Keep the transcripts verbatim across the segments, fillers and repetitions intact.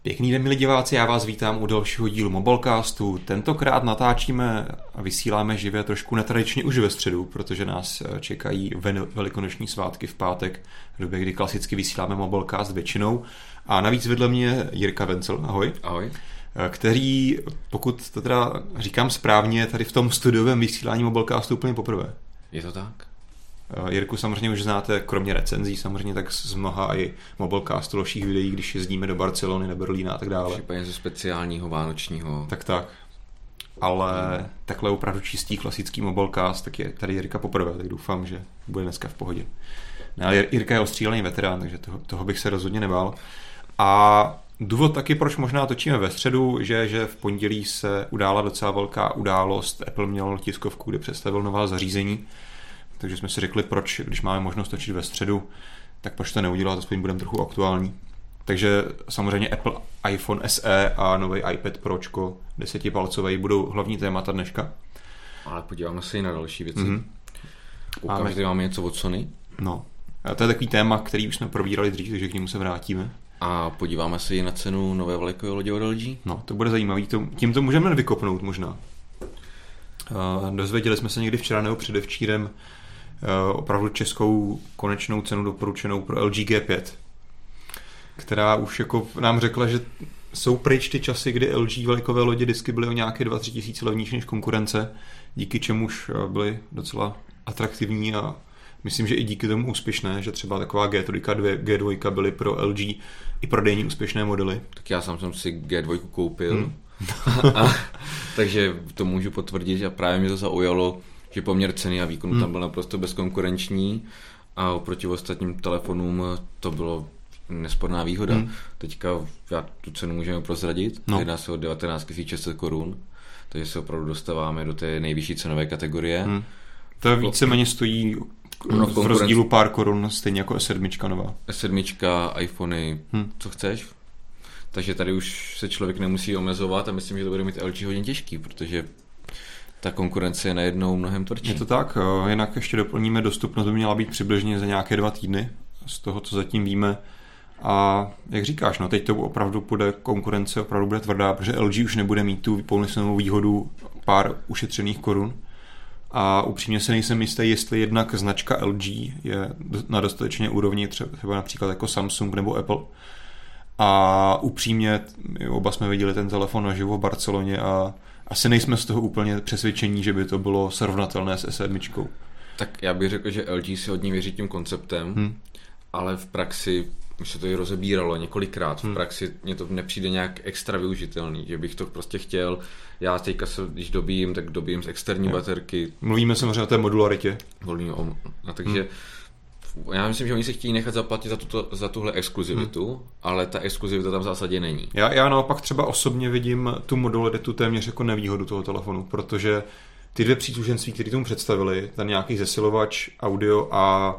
Pěkný den, milí diváci, já vás vítám u dalšího dílu Mobilecastu. Tentokrát natáčíme a vysíláme živě trošku netradičně už ve středu, protože nás čekají velikonoční svátky v pátek, v době, kdy klasicky vysíláme Mobilecast většinou. A navíc vedle mě je Jirka Vencel, ahoj. Ahoj. Který, pokud to teda říkám správně, tady v tom studiovém vysílání Mobilecastu úplně poprvé. Je to tak? Jirku samozřejmě už znáte, kromě recenzí samozřejmě, tak z mnoha i Mobilecastu dalších videí, když jezdíme do Barcelony, nebo Berlína a tak dále. Případně ze speciálního vánočního. Tak tak. Ale hmm. takhle opravdu čistý klasický Mobilecast, tak je tady Jirka poprvé, tak doufám, že bude dneska v pohodě. No, ale Jirka je ostřílený veterán, takže toho, toho bych se rozhodně nebál. A důvod taky, proč možná točíme ve středu, že, že v pondělí se udála docela velká událost. Apple měl tiskovku, kde představil nová zařízení. Takže jsme si řekli, proč, když máme možnost točit ve středu, tak proč to neudělat, aspoň budeme trochu aktuální. Takže samozřejmě Apple iPhone S E a nový iPad Pročko desetipalcový budou hlavní témata dneška. Ale podíváme se i na další věci. Mm-hmm. Koukám, máme... že tady máme něco od Sony. No, a to je takový téma, který už jsme probírali dřív, takže k němu se vrátíme. A podíváme se i na cenu nové velikové lodě od L G. No, to bude zajímavý, tím to můžeme vykopnout možná. Uh, dozvěděli jsme se někdy včera nebo předevčírem uh, opravdu českou konečnou cenu doporučenou pro L G G pět, která už jako nám řekla, že jsou pryč ty časy, kdy L G velikové lodě disky byly o nějaké dva tři tisíce levnější než konkurence, díky čemuž byly docela atraktivní a myslím, že i díky tomu úspěšné, že třeba taková G tři, G dva byly pro L G i prodejní úspěšné modely. Tak já sám jsem si G dva koupil. Hmm. a, takže to můžu potvrdit a právě mě to zaujalo, že poměr ceny a výkonu hmm. tam byl naprosto bezkonkurenční a oproti ostatním telefonům to bylo nesporná výhoda. Hmm. Teďka já tu cenu můžeme prozradit, no. Jedná se o devatenáct tisíc šest set korun, takže se opravdu dostáváme do té nejvyšší cenové kategorie. Hmm. To víceméně stojí no, v rozdílu pár korun, stejně jako S sedm nová. S sedm, iPhony, hmm. co chceš? Takže tady už se člověk nemusí omezovat a myslím, že to bude mít L G hodně těžký, protože ta konkurence je najednou mnohem tvrdší. Je to tak, jinak ještě doplníme, dostupnost by měla být přibližně za nějaké dva týdny, z toho, co zatím víme. A jak říkáš, no teď to opravdu bude konkurence, opravdu bude tvrdá, protože L G už nebude mít tu polnocenovou výhodu pár ušetřených korun. A upřímně se nejsem jistý, jestli jednak značka L G je na dostatečné úrovni, třeba například jako Samsung nebo Apple. A upřímně, oba jsme viděli ten telefon naživo v Barceloně a asi nejsme z toho úplně přesvědčení, že by to bylo srovnatelné s S sedm. Tak já bych řekl, že L G si hodně věří tím konceptem, hmm. ale v praxi už se to i rozebíralo několikrát. V praxi mně to nepřijde nějak extra využitelný, že bych to prostě chtěl. Já teďka se, když dobím, tak dobím z externí je. baterky. Mluvíme samozřejmě o té modularitě. Mluvíme o, no, takže hmm. já myslím, že oni se chtějí nechat zaplatit za, tuto, za tuhle exkluzivitu, hmm. ale ta exkluzivita tam v zásadě není. Já, já naopak třeba osobně vidím tu modularitu téměř jako nevýhodu toho telefonu, protože ty dvě příslušenství, které tomu představili, ten nějaký zesilovač, audio a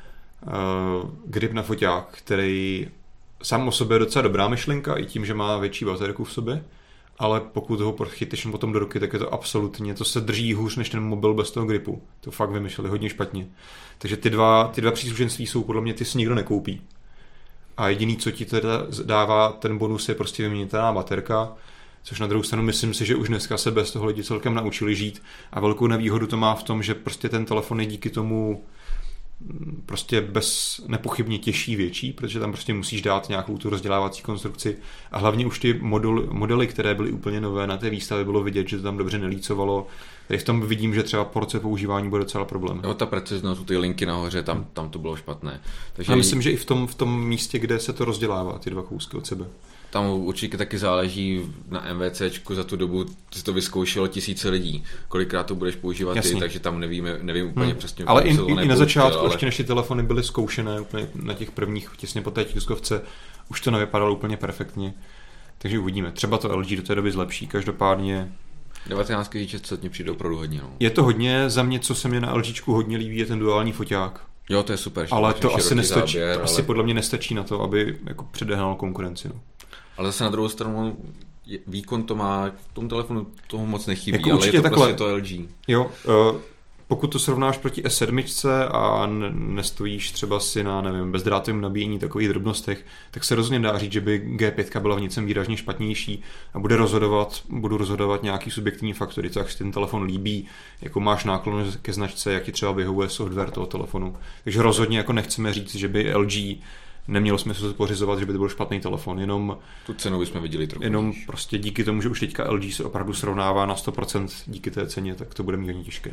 uh, grip na foťák, který sám o sobě je docela dobrá myšlenka, i tím, že má větší baterku v sobě, ale pokud ho chytíš potom do ruky, tak je to absolutně, to se drží hůř než ten mobil bez toho gripu. To fakt vymyšleli hodně špatně. Takže ty dva, ty dva příslušenství jsou podle mě, ty si nikdo nekoupí. A jediný, co ti teda dává ten bonus, je prostě vyměnitelná baterka, což na druhou stranu myslím si, že už dneska se bez toho lidi celkem naučili žít a velkou nevýhodu to má v tom, že prostě ten telefon je díky tomu prostě bez nepochybně těžší, větší, protože tam prostě musíš dát nějakou tu rozdělávací konstrukci a hlavně už ty modul, modely, které byly úplně nové na té výstavě, bylo vidět, že to tam dobře nelícovalo. Tady v tom vidím, že třeba porce používání bude docela problém. Jo, ta preciznost, ty linky nahoře, tam, tam to bylo špatné. Takže... Já myslím, že i v tom, v tom místě, kde se to rozdělává, ty dva kousky od sebe. Tam určitě taky záleží na MVCčku, za tu dobu si to vyzkoušelo tisíce lidí. Kolikrát to budeš používat Jasný. ty, takže tam nevíme, nevím úplně hmm. přesně. Ale i, i na začátku, ale... ještě než ty telefony byly zkoušené, úplně na těch prvních, těsně po té tiskovce, už to nevypadalo úplně perfektně. Takže uvidíme. Třeba to L G do té doby zlepší. Každopádně devatenáct tisíc šest set mě přijde opravdu hodně. No. Je to hodně, za mě, co se mi na LGčku hodně líbí, je ten duální foťák. Jo, to je super. Ale to asi nestačí, záběr, to ale... asi podle mě nestačí na to, aby jako předehnalo konkurenci. No. Ale zase na druhou stranu výkon to má, v tom telefonu toho moc nechybí, jako ale je to takhle, prostě to L G. Jo, uh, pokud to srovnáš proti S sedm a nestojíš třeba si na, nevím, bezdrátovém nabíjení takových drobnostech, tak se rozhodně dá říct, že by G pět byla v něčem výrazně špatnější a bude rozhodovat, budu rozhodovat nějaký subjektivní faktory, co jak si ten telefon líbí, jako máš náklon ke značce, jak ti třeba vyhovuje software toho telefonu. Takže rozhodně jako nechceme říct, že by L G nemělo smysl se pořizovat, že by to byl špatný telefon, jenom tu cenu bychom viděli trochu. Jenom níž. Prostě díky tomu, že už teďka L G se opravdu srovnává na sto procent díky té ceně, tak to bude mít hodně těžké.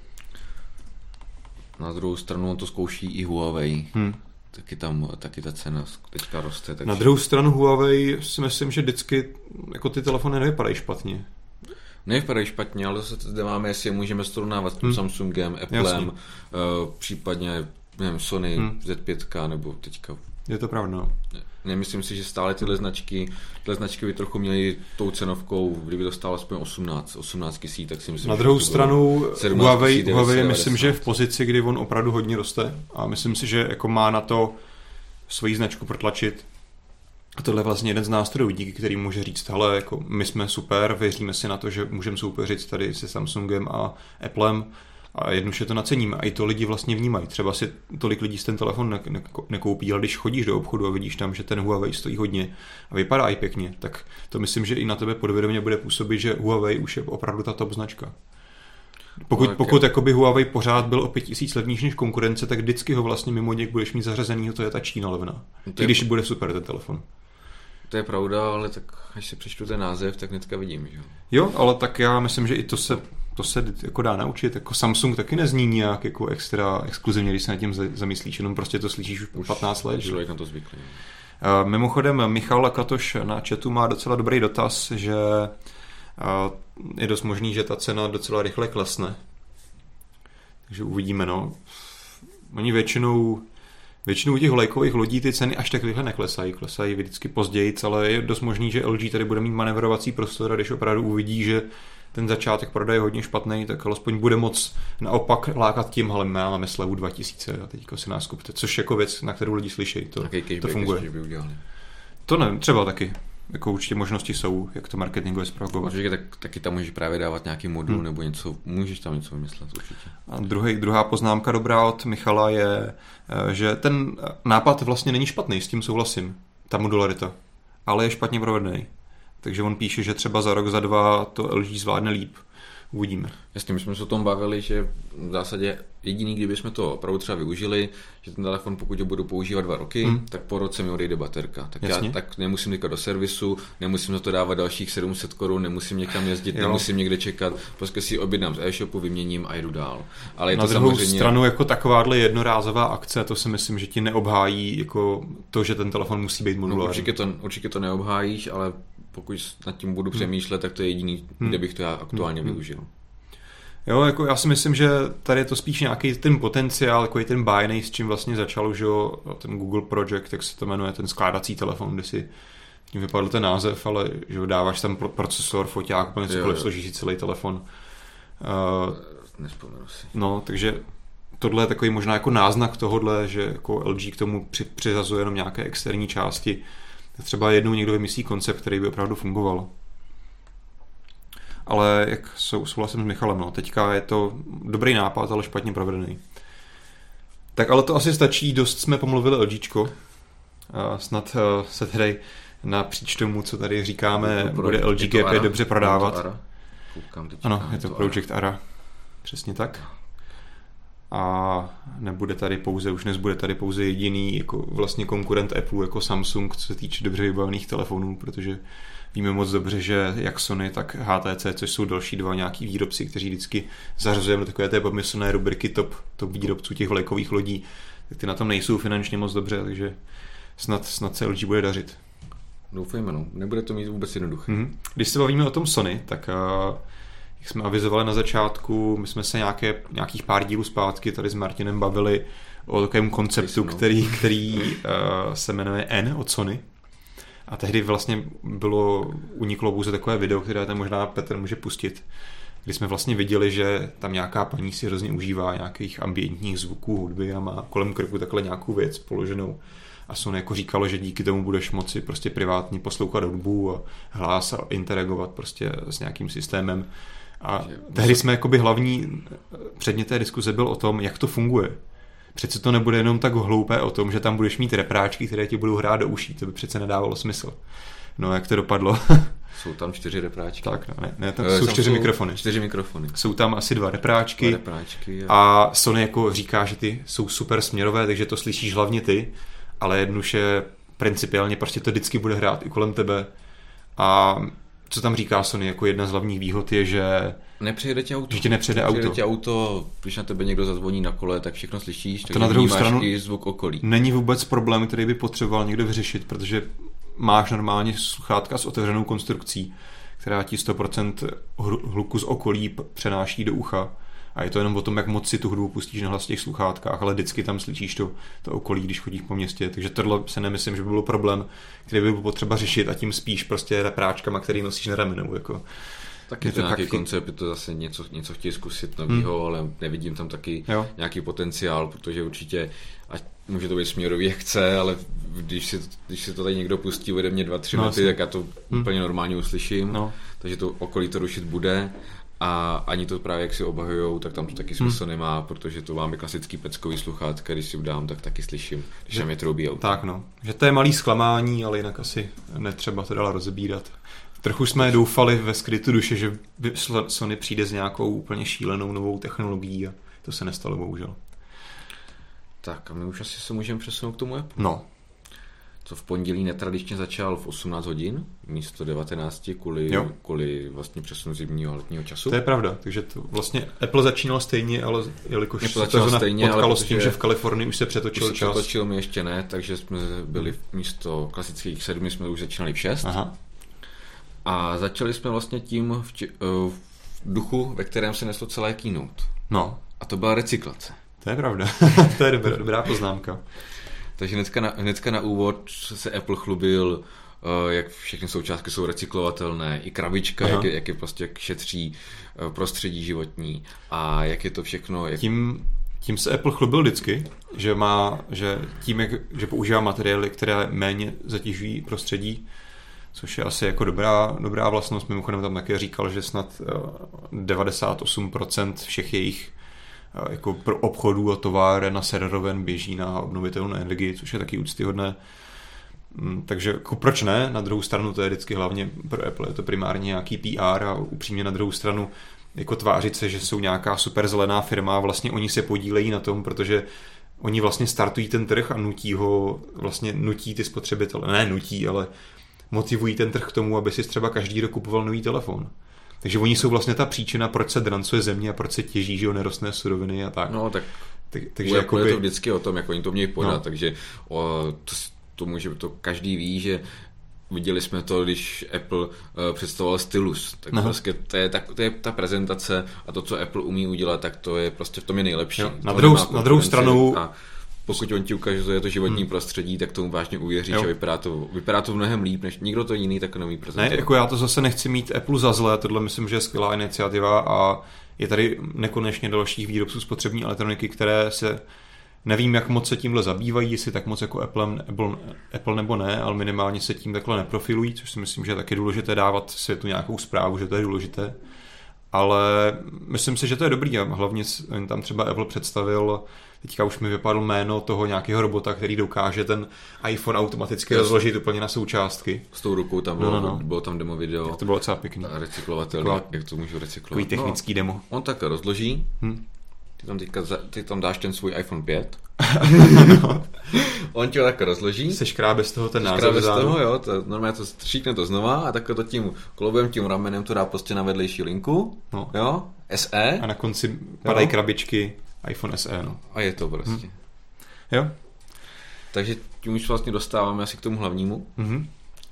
Na druhou stranu on to zkouší i Huawei. Hmm. Taky tam, taky ta cena teďka roste. Takže... Na druhou stranu Huawei si myslím, že vždycky jako ty telefony nevypadají špatně. Nevypadají špatně, ale zase zde máme, jestli je můžeme srovnávat s tím hmm. Samsungem, Applem, uh, případně nevím, Sony, hmm. Z pět nebo teďka. Je to pravda, no. Nemyslím si, že stále tyhle značky, tyhle značky by trochu měly tou cenovkou, kdyby to stálo aspoň osmnáct, osmnáct tisíc, tak si myslím, na druhou stranu Huawei, Huawei je, myslím, devadesát. že v pozici, kdy on opravdu hodně roste a myslím si, že jako má na to svoji značku protlačit. A tohle je vlastně jeden z nástrojů, díky kterým může říct, hele, jako my jsme super, věříme si na to, že můžeme soupeřit tady se Samsungem a Applem a jednoduše to nacením. A i to lidi vlastně vnímají. Třeba si tolik lidí z ten telefon ne- ne- nekoupí, ale když chodíš do obchodu a vidíš tam, že ten Huawei stojí hodně a vypadá i pěkně, tak to myslím, že i na tebe podvědomě bude působit, že Huawei už je opravdu ta top značka. Pokud, no, pokud jakoby Huawei pořád byl o pět tisíc levnější než konkurence, tak vždycky ho vlastně mimo něk budeš mít zařazenýho, to je ta Čína levná. I když bude super ten telefon. To je pravda, ale tak až si přečtu ten název, tak hnedka vidím, že jo. Jo, ale tak já myslím, že i to se, to se jako dá naučit. Jako Samsung taky nezní nějak jako extra exkluzivně, když se nad tím zamyslíš, jenom prostě to slyšíš už patnáct let. Člověk na to zvyklý. Uh, mimochodem, Michal Lakatoš na chatu má docela dobrý dotaz, že uh, je dost možný, že ta cena docela rychle klesne. Takže uvidíme, no. Oni většinou Většinou těch vlajkových lodí ty ceny až tak rychle neklesají, klesají vždycky později, ale je dost možný, že L G tady bude mít manevrovací prostor a když opravdu uvidí, že ten začátek prodeje je hodně špatný, tak alespoň bude moc naopak lákat tím, ale máme slevu dva tisíce a teďka si nás kupte, což jako věc, na kterou lidi slyší, to, to funguje. By udělali. To nevím, třeba taky. Jako určitě možnosti jsou, jak to marketingově zpropagovat. Určitě tak, taky tam můžeš právě dávat nějaký modul hmm. nebo něco, můžeš tam něco vymyslet určitě. A druhý, druhá poznámka dobrá od Michala je, že ten nápad vlastně není špatný, s tím souhlasím, ta modularita, ale je špatně provedený. Takže on píše, že třeba za rok, za dva to L G zvládne líp. Uvidíme. Jasně, my jsme se o tom bavili, že v zásadě jediný, kdybychom to opravdu třeba využili, že ten telefon, pokud ho budu používat dva roky, hmm. tak po roce mi odejde baterka. Tak Jasně. já tak nemusím teďka do servisu, nemusím za to dávat dalších sedm set korun, nemusím někam jezdit, jo. nemusím někde čekat, prostě si objednám z e-shopu, vyměním a jdu dál. Ale je na to druhou samozřejmě... stranu jako takováhle jednorázová akce, to si myslím, že ti neobhájí jako to, že ten telefon musí být modulární. No, určitě, to, určitě to neobhájíš, ale pokud nad tím budu přemýšlet, tak to je jediný, hmm. kde bych to já aktuálně hmm. využil. Jo, jako já si myslím, že tady je to spíš nějaký ten potenciál, jako je ten bájnej, s čím vlastně začal, že jo, ten Google Project, jak se to jmenuje, ten skládací telefon, kde si tím vypadl ten název, ale že jo, dáváš tam procesor, foťák, úplně cokoliv, složíš si celý telefon. Uh, Nespomenu si. No, takže tohle je takový možná jako náznak tohodle, že jako L G k tomu při, přizazuje jenom nějaké externí části. Třeba jednou někdo vymyslí koncept, který by opravdu fungoval. Ale jak sou, souhlasím s Michalem, no, teďka je to dobrý nápad, ale špatně provedený. Tak ale to asi stačí, dost jsme pomluvili LGčko. A snad uh, se tedy napříč tomu, co tady říkáme, pro, bude L G G pět dobře prodávat. Ano, je to Project Ara. Přesně tak. A nebude tady pouze, už dnes bude tady pouze jediný jako vlastně konkurent Apple jako Samsung, co se týče dobře vybavených telefonů, protože víme moc dobře, že jak Sony, tak H T C, což jsou další dva nějaký výrobci, kteří vždycky zařazujeme do takové té pomyslné rubriky top, top výrobců těch vlajkových lodí, tak ty na tom nejsou finančně moc dobře, takže snad, snad se L G bude dařit. Doufejme, no. Nebude to mít vůbec jednoduché. Mm-hmm. Když se bavíme o tom Sony, tak uh, jak jsme avizovali na začátku, my jsme se nějaké, nějakých pár dílů zpátky tady s Martinem bavili o takovém konceptu, který, který uh, se jmenuje N od Sony. A tehdy vlastně bylo, uniklo pouze takové video, které tam možná Petr může pustit, kdy jsme vlastně viděli, že tam nějaká paní si hrozně užívá nějakých ambientních zvuků hudby a má kolem krku takhle nějakou věc položenou. A Sony jako říkalo, že díky tomu budeš moci prostě privátně poslouchat hudbu a hlas a interagovat prostě s nějakým systémem. A tehdy jsme jakoby hlavní předmět té diskuze byl o tom, jak to funguje. Přece to nebude jenom tak hloupé o tom, že tam budeš mít repráčky, které ti budou hrát do uší. To by přece nedávalo smysl. No, jak to dopadlo? Jsou tam čtyři repráčky. Tak, no, ne, ne tam e, jsou čtyři jsou mikrofony. Čtyři mikrofony. Jsou tam asi dva repráčky. Dva repráčky a... a Sony jako říká, že ty jsou super směrové, takže to slyšíš hlavně ty, ale jednoduše principiálně prostě to vždycky bude hrát i kolem tebe. A co tam říká Sony, jako jedna z hlavních výhod je, že nepřijede tě auto. Že ti nepřijede auto. Nepřijede tě auto, když na tebe někdo zazvoní na kole, tak všechno slyšíš, takže to na druhou stranu i zvuk okolí. Není vůbec problém, který by potřeboval někdo vyřešit, protože máš normálně sluchátka s otevřenou konstrukcí, která ti sto procent hluku z okolí přenáší do ucha. A je to jenom o tom, jak moc si tu hudbu pustíš na hlas těch sluchátkách, ale vždycky tam slyšíš to, to okolí, když chodíš po městě. Takže tohle se nemyslím, že by byl problém, který by byl potřeba řešit, a tím spíš prostě repráčkama, který nosíš na ramenu. Jako. Tak je to, to nějaký taky... koncept, je to zase něco, něco chtějí zkusit novýho, hmm. ale nevidím tam taky jo. nějaký potenciál, protože určitě, ať může to být směrový, jak chce, ale když si, když si to tady někdo pustí ode mě dva, tři no, metry, tak já to hmm. úplně normálně uslyším, no. takže to okolí to rušit bude. A ani to právě, jak si obhajujou, tak tam to taky smysl hmm. nemá, protože to máme klasický peckový sluchátka, když si udám, tak taky slyším, když tam je troubí auto. Tak no, že to je malý zklamání, ale jinak asi netřeba to dál rozebírat. Trochu jsme doufali ve skrytu duše, že Sony přijde s nějakou úplně šílenou novou technologií a to se nestalo bohužel. Tak a my už asi se můžeme přesunout k tomu Apple. No. Co v pondělí netradičně začal v osmnáct hodin, místo devatenáct kvůli, kvůli vlastně přesunu zimního a letního času. To je pravda, takže to vlastně Apple začínal stejně, ale jelikož Apple se to stejně, potkalo s tím, že v Kalifornii už se přetočil už se čas. Přetočil mi ještě ne, takže jsme byli místo klasických sedmi, jsme už začínali v šest. Aha. A začali jsme vlastně tím v, či, v duchu, ve kterém se neslo celé keynote. No. A to byla recyklace. To je pravda, to je dobrá, dobrá poznámka. Takže hnedka na, hnedka na úvod se Apple chlubil, jak všechny součástky jsou recyklovatelné, i krabička, jak je, jak je prostě jak šetří prostředí životní a jak je to všechno... Jak... Tím, tím se Apple chlubil vždycky, že, má, že tím, jak, že používá materiály, které méně zatěžují prostředí, což je asi jako dobrá, dobrá vlastnost. Mimochodem tam také říkal, že snad devadesát osm procent všech jejich jako pro obchodů a továren a serveroven běží na obnovitelnou energii, což je taky úctyhodné. Takže jako proč ne? Na druhou stranu to je vždycky hlavně pro Apple, je to primárně nějaký P R a upřímně na druhou stranu jako tvářit se, že jsou nějaká super zelená firma a vlastně oni se podílejí na tom, protože oni vlastně startují ten trh a nutí ho, vlastně nutí ty spotřebitele, ne nutí, ale motivují ten trh k tomu, aby si třeba každý rok kupoval nový telefon. Takže oni jsou vlastně ta příčina, proč se drancuje země a proč se těží, že jo, nerostné suroviny a tak. No, tak, tak takže jakoby... je to vždycky o tom, jak oni to mějí podat, no. takže o, to, to může, to každý ví, že viděli jsme to, když Apple uh, představoval stylus, tak prostě to je, tak, to je ta prezentace a to, co Apple umí udělat, tak to je prostě v tom je nejlepší. Jo, na, druhou, na druhou stranu... A pokud on ti ukáže, že je to životní hmm. prostředí, tak tomu vážně uvěříš jo. a vypadá to, vypadá to mnohem líp, než nikdo to jiný tak neumí prezentovat. Ne, jako já to zase nechci mít Apple za zlé, tohle myslím, že je skvělá iniciativa a je tady nekonečně dalších výrobců spotřební elektroniky, které se nevím, jak moc se tímhle zabývají, jestli tak moc jako Apple, Apple, Apple nebo ne, ale minimálně se tím takhle neprofilují, což si myslím, že je taky důležité dávat světu nějakou zprávu, že to je důležité. Ale myslím si, že to je dobrý a hlavně tam třeba Apple představil, teďka už mi vypadlo jméno toho nějakého robota, který dokáže ten iPhone automaticky rozložit úplně na součástky. S tou rukou tam bylo, no, no, no. bylo tam demo video. Tak to bylo docela pěkný. Recyklovatelný, jak to můžu recyklovat. Takový technický no, demo. On tak rozloží, hm. ty, tam teďka, ty tam dáš ten svůj iPhone pět. no. On tě ho tak rozloží. Seškrábe z toho ten název. Seškrábe z toho, jo, to, normálně to stříkne to znova a takhle to tím kloubem, tím ramenem to dá prostě na vedlejší linku, no. jo, S E. A na konci padají krabičky iPhone S E, no. A je to prostě. Hm. Jo. Takže tím už vlastně dostáváme asi k tomu hlavnímu. Mm-hmm.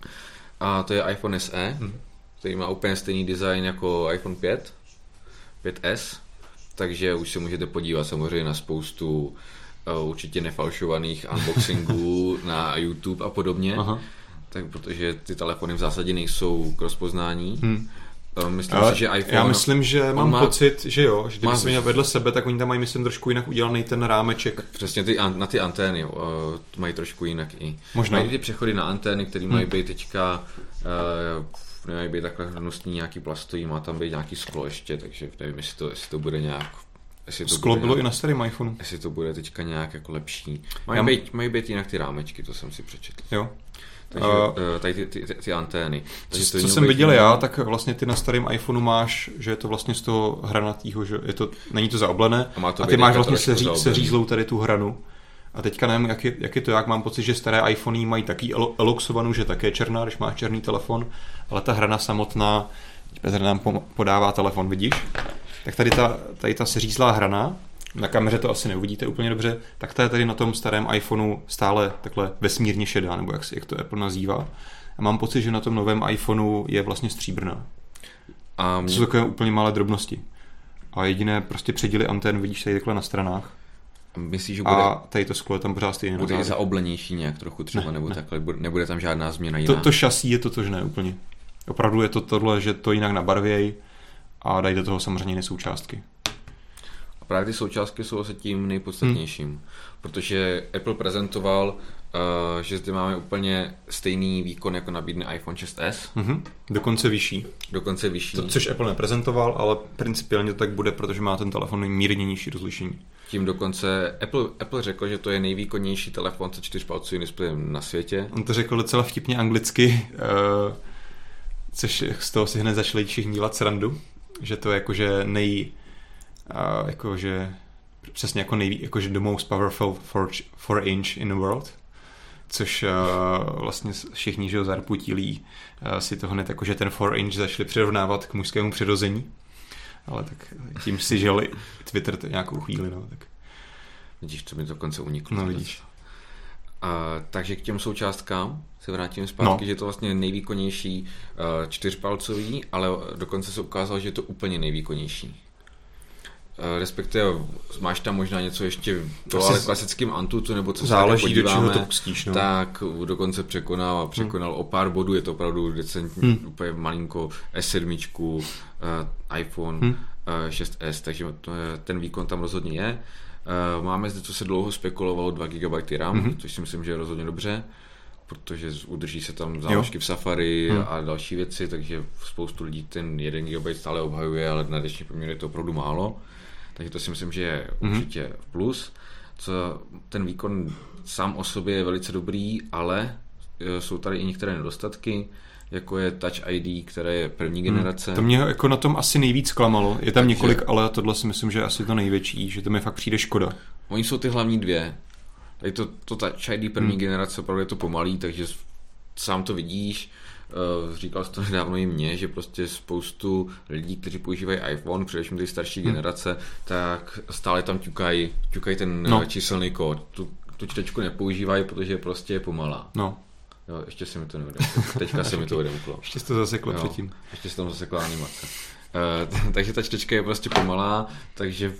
A to je iPhone S E, mm. který má úplně stejný design jako iPhone pět, pět S, takže už se můžete podívat samozřejmě na spoustu uh, určitě nefalšovaných unboxingů na YouTube a podobně. Aha. Tak protože ty telefony v zásadě nejsou k rozpoznání. Hmm. Myslím ale si, že iPhone... Já myslím, že mám má, pocit, že jo, že kdyby se měl vedle sebe, tak oni tam mají, myslím, trošku jinak udělaný ten rámeček. Přesně ty, na ty antény uh, mají trošku jinak i. Možná. Mají ty přechody na antény, které hmm. mají být teďka uh, nemají být takhle hnusný nějaký plastový, má tam být nějaký sklo ještě, takže nevím, jestli to, jestli to bude nějak... Jestli to sklo bude bylo nějak, i na starém iPhoneu. Jestli to bude teďka nějak jako lepší. Mají, Já... být, mají být jinak ty rámečky, to jsem si přečetl. Jo. Takže uh, tady ty, ty, ty, ty antény. Takže co to co jsem viděl já, tak vlastně ty na starém iPhoneu máš, že je to vlastně z toho hranatýho, že je to, není to zaoblené a, a ty máš vlastně seří, seřízlou tady tu hranu. A teďka nevím, jak je, jak je to, jak mám pocit, že staré iPhony mají taky eloxovanou, že také černá, když máš černý telefon, ale ta hrana samotná, Petr nám podává telefon, vidíš? Tak tady ta, tady ta seřízlá hrana, na kameře to asi neuvidíte úplně dobře, tak ta je tady na tom starém iPhoneu stále takhle vesmírně šedá, nebo jak, jak to Apple nazývá. A mám pocit, že na tom novém iPhoneu je vlastně stříbrná. A mě... To jsou takové úplně malé drobnosti. A jediné prostě předěly antén vidíš tady takhle na stranách. Myslíš, že bude... A tady to sklo je tam pořád stejné. Bude zaoblenější nějak trochu třeba, ne, nebo ne. takhle, nebude tam žádná změna jiná. To, to šasí je totožné úplně. Opravdu je to tohle, že to jinak nabarvěj a dají do toho samozřejmě jiné součástky. A právě ty součástky jsou asi tím nejpodstatnějším, hmm. protože Apple prezentoval, uh, že zde máme úplně stejný výkon, jako nabídne iPhone šest es. Mm-hmm. Dokonce vyšší. Dokonce vyšší. To, což Apple neprezentoval, ale principiálně to tak bude, protože má ten telefon mírně nižší rozlišení. Tím dokonce Apple, Apple řekl, že to je nejvýkonnější telefon se čtyřpalcovým displejem na světě. On to řekl docela vtipně anglicky, uh, což z toho si hned začali všichni dělat srandu, že to je jakože nej... Uh, jakože přesně jako nejví, jakože the most powerful four inch in the world, což uh, vlastně všichni, že ho zarputilí, uh, si toho hned jakože ten four inch začali přirovnávat k mužskému přirození. Ale tak tím si žili Twitter to nějakou chvíli, no, tak. Vidíš, to mi dokonce uniklo. No, vidíš. Uh, takže k těm součástkám se vrátím zpátky, no. že je to vlastně nejvýkonnější uh, čtyřpalcový, ale dokonce se ukázalo, že je to úplně nejvýkonnější. Uh, respektive máš tam možná něco ještě to, ale klasickým Antutu, nebo co záleží, se podíváme, do čeho to pustíš, no. Tak dokonce překonal a překonal hmm. o pár bodů, je to opravdu decentní, hmm. úplně malinko es sedm, uh, iPhone hmm. uh, šest es, takže to je, ten výkon tam rozhodně je. Uh, máme zde, co se dlouho spekulovalo, dva gigabyty RAM, hmm. což si myslím, že je rozhodně dobře, protože udrží se tam záložky v Safari hmm. a další věci, takže spoustu lidí ten jeden gigabyte stále obhajuje, ale na dnešní poměr je to opravdu málo. Takže to si myslím, že je mm-hmm. určitě plus. Co ten výkon sám o sobě je velice dobrý, ale jsou tady i některé nedostatky, jako je Touch I D, které je první generace. Hmm, to mě jako na tom asi nejvíc klamalo. Je tam Takže... několik, ale tohle si myslím, že je asi to největší, že to mi fakt přijde škoda. Oni jsou ty hlavní dvě. Tady to, to Touch I D první hmm. generace, opravdu je to pomalý, takže sám to vidíš. Říkal jsi to nedávno i mně, že prostě spoustu lidí, kteří používají iPhone, především ty starší hmm. generace, tak stále tam ťukají, ťukají ten no. číselný kód. Tu, tu čtečku nepoužívají, protože prostě je pomalá. No. Jo, ještě se mi to neodemklo. Teďka se mi to odemklo. Ještě to zaseklo jo, předtím. Ještě se tam zasekla animace. Uh, takže ta čtečka je prostě pomalá, takže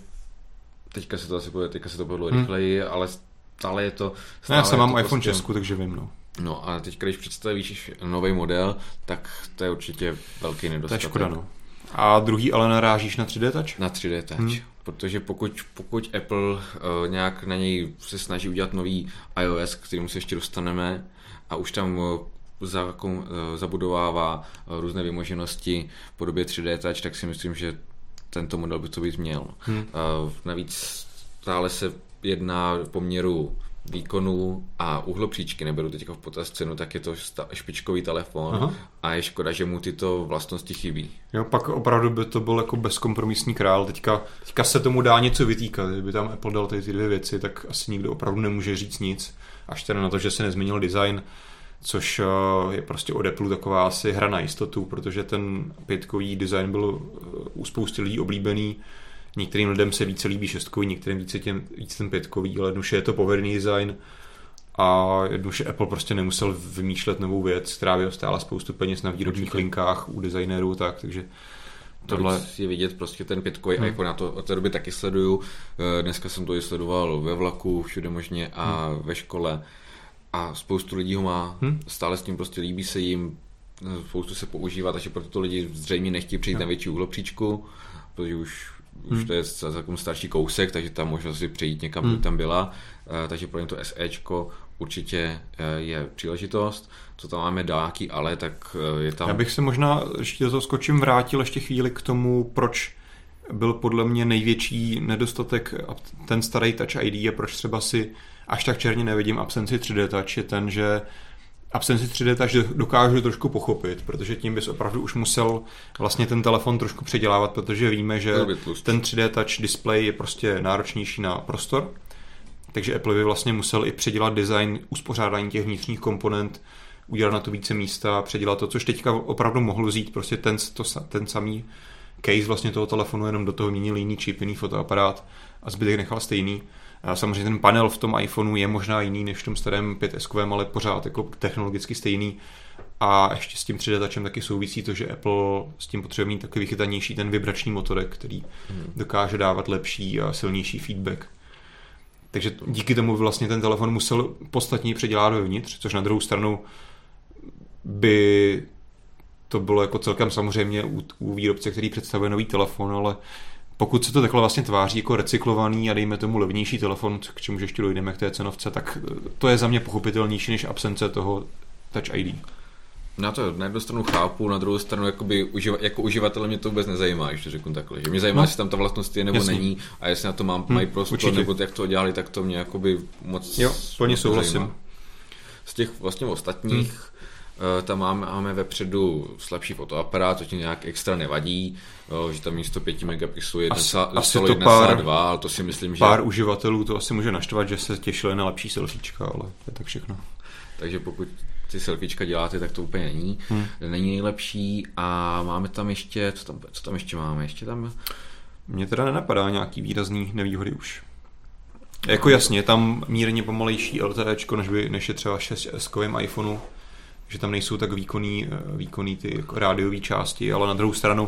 teďka se to asi bude, teďka se to povedlo hmm. rychleji, ale stále je to... Stále no, já jsem mám iPhone prostě... šest, takže vím, no. No a teď, když představíš nový model, tak to je určitě velký nedostatek. To je škoda, no. A druhý ale narážíš na tři dé Touch? Na tři dé Touch, hmm. protože pokud, pokud Apple uh, nějak na něj se snaží udělat nový iOS, k kterému se ještě dostaneme, a už tam uh, za, uh, zabudovává uh, různé vymoženosti v podobě tři dé Touch, tak si myslím, že tento model by to být měl. Hmm. Uh, navíc stále se jedná v poměru výkonu a uhlopříčky, neberu teďka v potaz cenu, tak je to špičkový telefon. Aha. A je škoda, že mu tyto vlastnosti chybí. Jo, pak opravdu by to byl jako bezkompromisní král. Teďka, teďka se tomu dá něco vytýkat. Kdyby tam Apple dal ty, ty dvě věci, tak asi nikdo opravdu nemůže říct nic. Až teda na to, že se nezměnil design, což je prostě od Apple taková asi hra na jistotu, protože ten pětkový design byl u spousty lidí oblíbený. Některým lidem se více líbí šestkový, některým více, těm, více ten pětkový, ale jednoduše je to povedený design a jednoduše Apple prostě nemusel vymýšlet novou věc, která by stála spoustu peněz na výrobních linkách u designérů, tak, takže tohle je vidět prostě ten pětkový hmm. iPhone, já to od té doby taky sleduju, dneska jsem to i sledoval ve vlaku, všude možně a hmm. ve škole a spoustu lidí ho má, hmm. stále s tím prostě líbí se jim, spoustu se používá, takže proto to lidi zřejmě nechtějí přijít hmm. na větší uhlopříčku, protože už už hmm. to je takový starší kousek, takže tam možná si přejít někam, hmm. tam byla, uh, takže pro ně to SEčko určitě je příležitost. Co tam máme dálky, ale tak je tam... Já bych se možná, ještě to skočím, vrátil ještě chvíli k tomu, proč byl podle mě největší nedostatek ten starý Touch I D a proč třeba si až tak černě nevidím absenci tři dé Touch, je ten, že absenci tři dé Touch dokážu trošku pochopit, protože tím bys opravdu už musel vlastně ten telefon trošku předělávat, protože víme, že ten tři dé Touch display je prostě náročnější na prostor, takže Apple by vlastně musel i předělat design, uspořádání těch vnitřních komponent, udělat na to více místa, předělat to, což teďka opravdu mohl vzít prostě ten, to, ten samý case vlastně toho telefonu, jenom do toho měnil jiný čip, jiný fotoaparát a zbytek nechal stejný. A samozřejmě ten panel v tom iPhoneu je možná jiný než v tom starém pět es, ale pořád jako technologicky stejný. A ještě s tím tři dé Touchem taky souvisí to, že Apple s tím potřebuje mít takový vychytanější ten vibrační motorek, který hmm. dokáže dávat lepší a silnější feedback. Takže díky tomu vlastně ten telefon musel podstatně předělat dovnitř, což na druhou stranu by to bylo jako celkem samozřejmě u, u výrobce, který představuje nový telefon, ale pokud se to takhle vlastně tváří jako recyklovaný a dejme tomu levnější telefon, k čemuž ještě dojdeme k té cenovce, tak to je za mě pochopitelnější než absence toho Touch I D. Na to na jednu stranu chápu, na druhou stranu jakoby, uživa, jako uživatele mě to vůbec nezajímá, když to řeknu takhle. Že mě zajímá, no. jestli tam ta vlastnost je nebo Jasný. není a jestli na to mám hmm, mají prostor, určitě. nebo jak to dělali, tak to mě jakoby moc Jo, plně souhlasím. Z těch vlastně ostatních hmm. tam máme, máme vepředu slabší fotoaparát, což nějak extra nevadí, že tam místo pěti megapixelů je asi, asi to pár, dva, ale to si myslím, že... Pár uživatelů to asi může naštvat, že se těšili na lepší selfiečka, ale to je tak všechno. Takže pokud ty selfiečka děláte, tak to úplně není. Hmm. Není nejlepší a máme tam ještě, co tam, co tam ještě máme? Ještě tam... Mně teda nenapadá nějaký výrazný nevýhody už. Jako jasně, je tam mírně pomalejší L T Ečko, než, by, než je třeba šest eskovým iPhoneu, že tam nejsou tak výkonný, výkonný ty jako rádiové části, ale na druhou stranu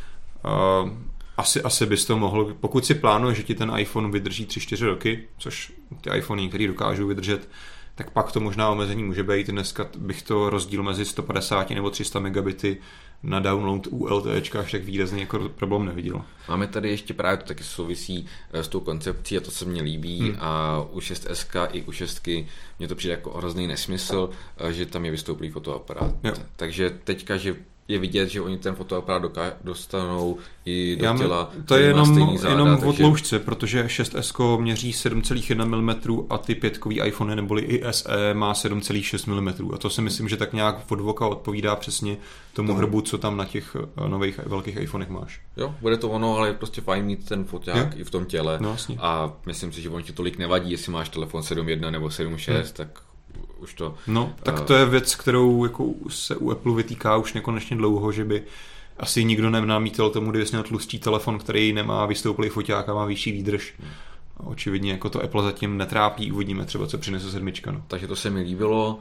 uh, asi, asi bys to mohl, pokud si plánuješ, že ti ten iPhone vydrží tři čtyři roky, což ty iPhony, které dokážou vydržet, tak pak to možná omezení může být. Dneska bych to rozdíl mezi sto padesát nebo tři sta megabity na download u LTEčka až tak výrazný jako problém neviděl. Máme tady ještě právě to taky souvisí s tou koncepcí a to se mně líbí hmm. a u šest es i u šest mně to přijde jako hrozný nesmysl, že tam je vystouplý fotoaparát. Jo. Takže teďka, že je vidět, že oni ten fotoaparát doká- dostanou i do Já těla. To je jenom, záda, jenom takže... v odloužce, protože šest es měří sedm celá jedna milimetru a ty pětkový iPhone neboli i S E má sedm celá šest milimetrů a to si myslím, že tak nějak od voka odpovídá přesně tomu hrbu, co tam na těch nových velkých iPhonech máš. Jo, bude to ono, ale je prostě fajn mít ten foťák i v tom těle no, a myslím si, že on ti tolik nevadí, jestli máš telefon sedm jedna nebo sedm šest, hmm. tak už to... No, tak to je věc, kterou jako se u Apple vytýká už nekonečně dlouho, že by asi nikdo nenamítal tomu, kdyby jsi měl tlustý telefon, který nemá vystouplý foťák a má vyšší výdrž. A očividně jako to Apple zatím netrápí, uvidíme třeba, co přinese sedmička. No. Takže to se mi líbilo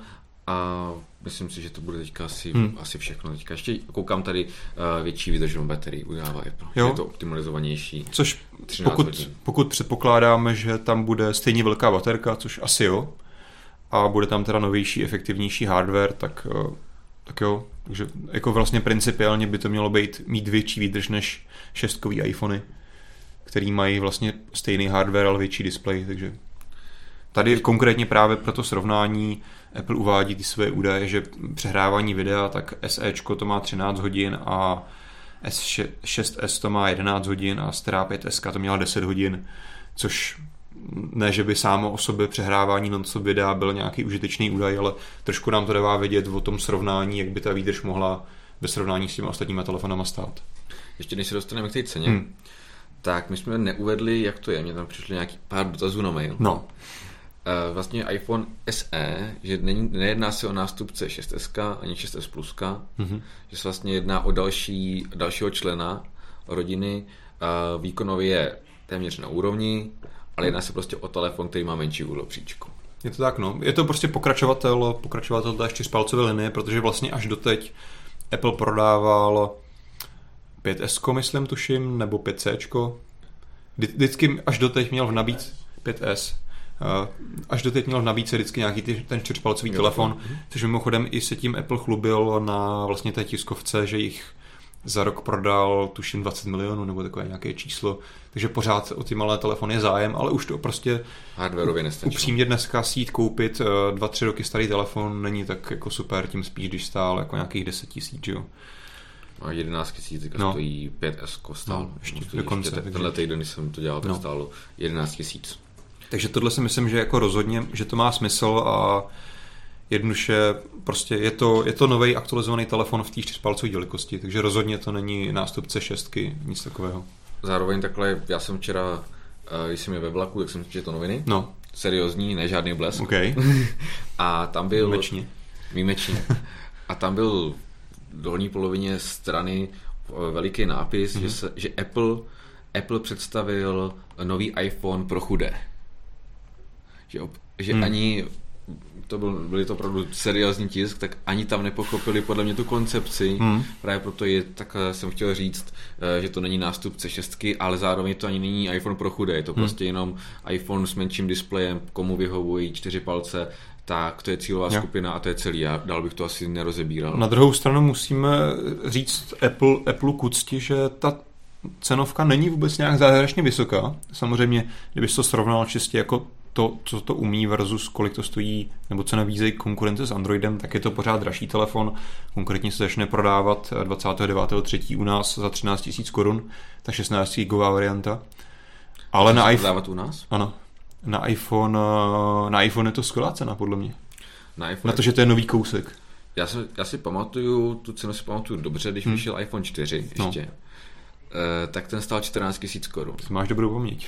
a myslím si, že to bude teďka asi, hmm. asi všechno. Teďka ještě koukám tady uh, větší výdržnou baterii udává Apple. Jo. Je to optimalizovanější. Což pokud, pokud předpokládáme, že tam bude stejně velká baterka, což asi jo, a bude tam teda novější, efektivnější hardware, tak, tak jo. Takže jako vlastně principiálně by to mělo být mít větší výdrž než šestkový iPhony, který mají vlastně stejný hardware, ale větší displej, takže tady konkrétně právě pro to srovnání Apple uvádí ty své údaje, že přehrávání videa, tak SEčko to má třináct hodin a S šest es to má jedenáct hodin a stará pět es to měla deset hodin, což ne, že by sámo o sobě přehrávání non-stop videa byl nějaký užitečný údaj, ale trošku nám to dává vědět o tom srovnání, jak by ta výdrž mohla ve srovnání s těmi ostatními telefonama stát. Ještě než se dostaneme k té ceně, hmm. tak my jsme neuvedli, jak to je. Mně tam přišlo nějaký pár dotazů na mail. No. Vlastně iPhone S E, že není, nejedná se o nástupce šest es ani šest es Plus, mm-hmm. že se vlastně jedná o další, dalšího člena rodiny. Výkonově je téměř na úrovni, ale jedná se prostě o telefon, který má menší úhlopříčku. Je to tak, no. Je to prostě pokračovatel, pokračovatel té čtyřpalcové linie, protože vlastně až doteď Apple prodával pět es, myslím, tuším, nebo pět C. Vždycky až doteď měl v nabídce pět S. Až doteď měl v nabídce vždycky nějaký ten čtyřpalcový telefon, což mimochodem i se tím Apple chlubil na vlastně té tiskovce, že jich za rok prodal tuším dvacet milionů nebo takové nějaké číslo, takže pořád o ty malé telefony je zájem, ale už to prostě hardwarově nestačí. Upřímně dneska si jít koupit dva, tři roky starý telefon není tak jako super, tím spíš, když stál jako nějakých deset tisíc, jo. A jedenáct tisíc no. stojí pět S stál. No, ještě stojí dokonce. Ještě, tak tenhle týden, když jsem to dělal, tak no. stálo jedenáct tisíc. Takže tohle si myslím, že jako rozhodně, že to má smysl a jednoduše prostě je to, je to nový aktualizovaný telefon v té čtyřpalcové velikosti, takže rozhodně to není nástupce šestky, nic takového. Zároveň takhle, já jsem včera, když jsem je ve vlaku, tak jsem četl noviny. No. Seriózní, ne žádný blesk. Okay. A tam byl... Výjimečně. Výjimečně. A tam byl v dolní polovině strany veliký nápis, mm-hmm. že, se, že Apple, Apple představil nový iPhone pro chudé. Že, že mm. ani... to byl, byli to opravdu seriózní tisk, tak ani tam nepochopili podle mě tu koncepci. Hmm. Právě proto je, tak jsem chtěl říct, že to není nástupce šestky, ale zároveň to ani není iPhone pro chudé. Je to hmm. prostě jenom iPhone s menším displejem, komu vyhovují čtyři palce, tak to je cílová jo. skupina a to je celý. Já dál bych to asi nerozebíral. Na druhou stranu musíme říct Apple, Apple k úcti, že ta cenovka není vůbec nějak zázračně vysoká. Samozřejmě, kdybys to srovnal čistě jako to, co to umí versus kolik to stojí, nebo co nabízejí konkurence s Androidem, tak je to pořád dražší telefon. Konkrétně se začne prodávat dvacátého devátého třetího u nás za třináct tisíc korun, ta šestnáct gigová varianta. Ale na iPhone... u nás? Ano. Na iPhone, na iPhone je to skvělá cena, podle mě. Na, iPhone... na to, že to je nový kousek. Já si, já si pamatuju, tu cenu si pamatuju dobře, když hmm. vyšel iPhone čtyři ještě. No. Uh, tak ten stál čtrnáct tisíc korun. Máš dobrou paměť.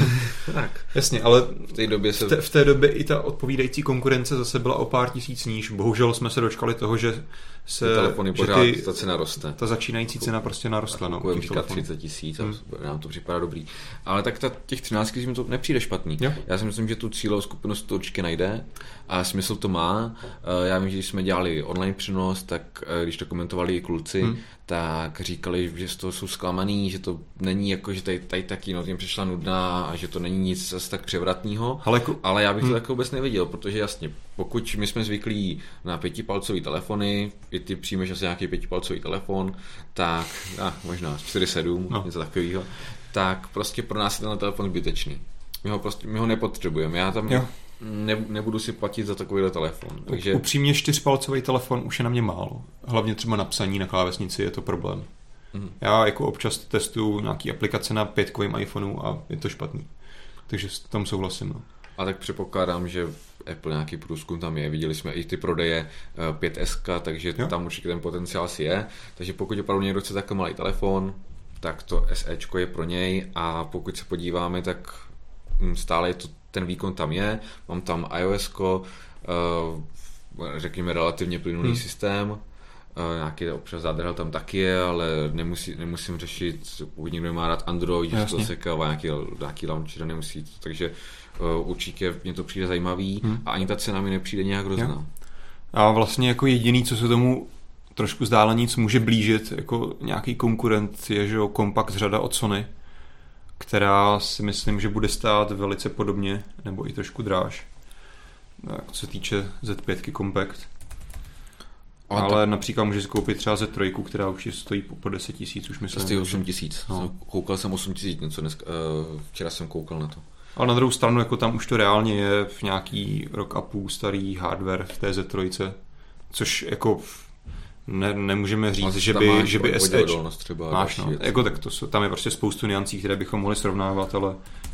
Tak. Jasně, ale v té době se... v, té, v té době i ta odpovídající konkurence zase byla o pár tisíc níž. Bohužel jsme se dočkali toho, že se... Ty telefony že pořád, ty, ta cena roste. Ta začínající cena prostě narostla. No, říkat třicet tisíc a hmm. nám to připadá dobrý. Ale tak ta, těch třináct tisíc mi to nepřijde špatný. Jo. Já si myslím, že tu cílovou skupinu se to určitě najde a smysl to má. Já vím, že když jsme dělali online přenos, tak když to komentovali kluci, hmm. tak říkali, že z toho jsou zklamaný, že to není jako, že tady, tady taky no, tím přišla nudná a že to není nic zase tak převratného, ale, ale já bych to hmm. tak vůbec neviděl, protože jasně, pokud my jsme zvyklí na pětipalcový telefony, i ty přijmeš asi nějaký pětipalcový telefon, tak ah, možná čtyři sedm, no. něco takového, tak prostě pro nás je ten telefon zbytečný. My ho, prostě, my ho nepotřebujeme, já tam... Jo. Ne, nebudu si platit za takovýhle telefon. Takže... Upřímně čtyřpalcový telefon už je na mě málo. Hlavně třeba na psaní na klávesnici je to problém. Mm. Já jako občas testuju nějaký aplikace na pětkovým iPhoneu a je to špatný. Takže s tom souhlasím. No. A tak předpokládám, že Apple nějaký průzkum tam je. Viděli jsme i ty prodeje pět S, takže jo. tam určitě ten potenciál si je. Takže pokud opravdu někdo chce takový malý telefon, tak to SEčko je pro něj a pokud se podíváme, tak stále je to ten výkon tam je, mám tam iOS-ko, řekněme relativně plynulý hmm. systém, nějaký občas zádrhel tam taky je, ale nemusí, nemusím řešit, pokud někdo má rád Android, že to sekává nějaký, nějaký launcher, nemusí to, takže určitě mě to přijde zajímavý hmm. a ani ta cena mi nepřijde nějak hrozná. A vlastně jako jediný, co se tomu trošku vzdáleníc může blížit, jako nějaký konkurent je, že jo, kompakt řada od Sony, která si myslím, že bude stát velice podobně, nebo i trošku dráž, co se týče Z pět Compact. Ale, Ale to... například můžeš koupit třeba Z tři, která už stojí po deset tisíc, už myslím. Stojí osm tisíc. No. Koukal jsem osm tisíc, něco dneska, včera jsem koukal na to. Ale na druhou stranu, jako tam už to reálně je v nějaký rok a půl starý hardware v té Z tři, což jako... Ne, nemůžeme říct, že by, že by S E třeba máš, no, jako tak to, tam je prostě spoustu nuancí, které bychom mohli srovnávat, ale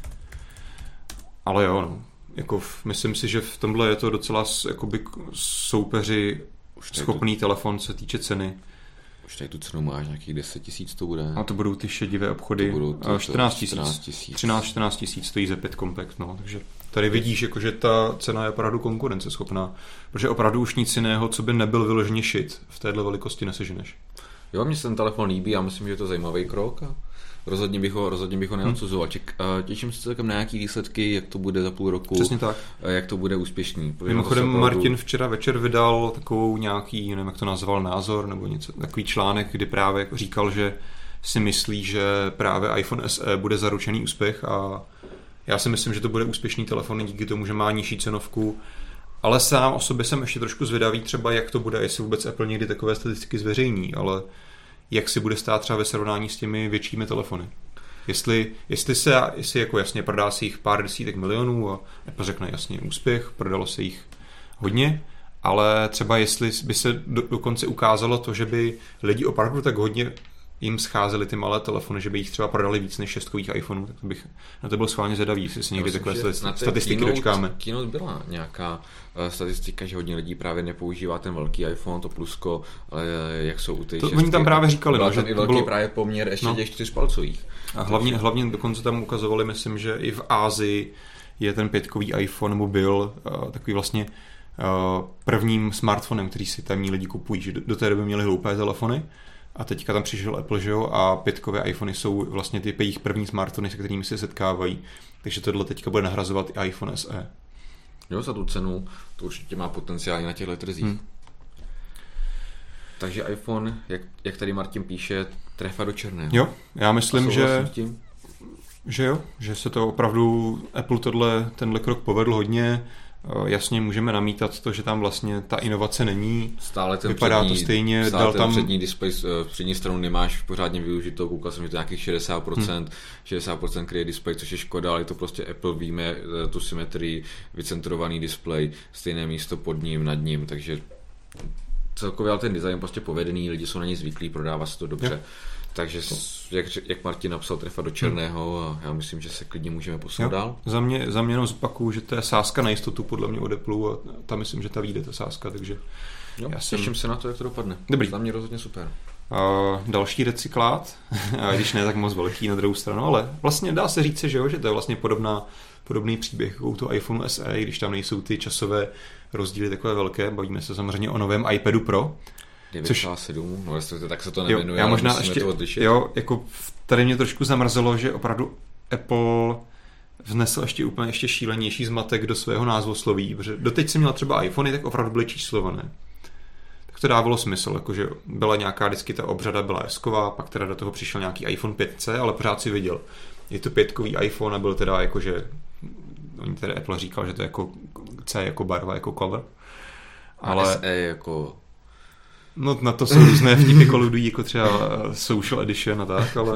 ale jo, no, jako v, myslím si, že v tomhle je to docela jakoby soupeři schopný to... telefon se týče ceny. Už tady tu cenu máš, nějakých deset tisíc to bude. A to budou ty šedivé obchody, to budou ty, čtrnáct tisíc, třináct čtrnáct tisíc stojí Z pět Compact, no, takže tady vidíš, jako, že ta cena je opravdu konkurenceschopná, protože opravdu už nic jiného, co by nebyl vyloženě shit, v téhle velikosti neseženeš. Jo, mně se ten telefon líbí, já myslím, že je to zajímavý krok a rozhodně bych ho, rozhodně bych ho neodsuzoval. Hmm. Těším se celkem na nějaký výsledky, jak to bude za půl roku. Přesně tak. Jak to bude úspěšný. Mimochodem opravdu... Martin včera večer vydal takovou nějaký, nevím, jak to nazval, názor nebo něco, takový článek, kdy právě říkal, že si myslí, že právě iPhone S E bude zaručený úspěch a já si myslím, že to bude úspěšný telefon díky tomu, že má nižší cenovku, ale sám o sobě jsem ještě trošku zvědavý třeba, jak to bude, jestli vůbec Apple někdy takové statistiky zveřejní, ale jak si bude stát třeba ve srovnání s těmi většími telefony. Jestli, jestli se, jestli jako jasně prodá se jich pár desítek milionů a Apple řekne jasně úspěch, prodalo se jich hodně, ale třeba jestli by se do, dokonce ukázalo to, že by lidi opravdu tak hodně jim scházely ty malé telefony, že by jich třeba prodali víc než šestkových iPhoneů, tak to bych na to byl schválně zvědavý, jestli si někdy takové statistiky keynote, dočkáme. Keynote byla nějaká uh, statistika, že hodně lidí právě nepoužívá ten velký iPhone, to plusko, ale jak jsou u těch to oni tam právě říkali, no, že tam i velký bylo... právě poměr ještě no. těch čtyřpalcových. A hlavně, hlavně dokonce tam ukazovali, myslím, že i v Ázii je ten pětkový iPhone nebo byl uh, takový vlastně uh, prvním smartphonem, který si tamní lidi kupují, že do, do té doby měli hloupé telefony. A teďka tam přišel Apple, že jo, a pětkové iPhony jsou vlastně ty jejich první smartfony, se kterými se setkávají. Takže tohle teďka bude nahrazovat i iPhone S E. Jo, za tu cenu to určitě má potenciál na těchto trzích. Hmm. Takže iPhone, jak, jak tady Martin píše, trefa do černého. Jo, já myslím, že, že jo, že se to opravdu Apple tohle, tenhle krok povedl hodně. Jasně můžeme namítat to, že tam vlastně ta inovace není. Stále ten vypadá přední, to stejně. Stále dal ten tam... přední displej, přední stranu nemáš pořádně využitou, koukal jsem, že to nějakých šedesát procent, hmm. šedesát procent kryje displej, což je škoda, ale je to prostě Apple, víme tu symetrii, vycentrovaný displej, stejné místo pod ním, nad ním, takže celkově ale ten design prostě povedený, lidi jsou na něj zvyklí, prodává se to dobře. Jo. Takže jak, jak Martin napsal, trefa do černého a já myslím, že se klidně můžeme posunout dál. Za mě, za mě jenom zopakuju, že to je sázka na jistotu podle mě od Apple a tam myslím, že ta vyjde ta sázka, takže jo, já jsem... těším se na to, jak to dopadne. Dobrý. Za mě rozhodně super. Uh, další recyklát, a když ne tak moc velký na druhou stranu, ale vlastně dá se říct, že, jo, že to je vlastně podobná, podobný příběh jako u toho iPhone S E, když tam nejsou ty časové rozdíly takové velké, bavíme se samozřejmě o novém iPadu Pro. devět celá sedm, no jestli to tak se to nemenuje, jo, já možná ale ještě, to odlišit. Jo, jako tady mě trošku zamrzelo, že opravdu Apple vnesl ještě úplně ještě šílenější zmatek do svého názvosloví, protože doteď jsem měl třeba iPhony, tak opravdu byly číslované. Tak to dávalo smysl, jakože byla nějaká, vždycky ta obřada byla esková, pak teda do toho přišel nějaký iPhone pět C, ale pořád si viděl, je to pětkový iPhone a byl teda jakože, oni teda Apple říkal, že to je jako C jako barva, jako color. Ale S E jako... No na to jsou různé vtipy koludují, jako třeba Social Edition a tak, ale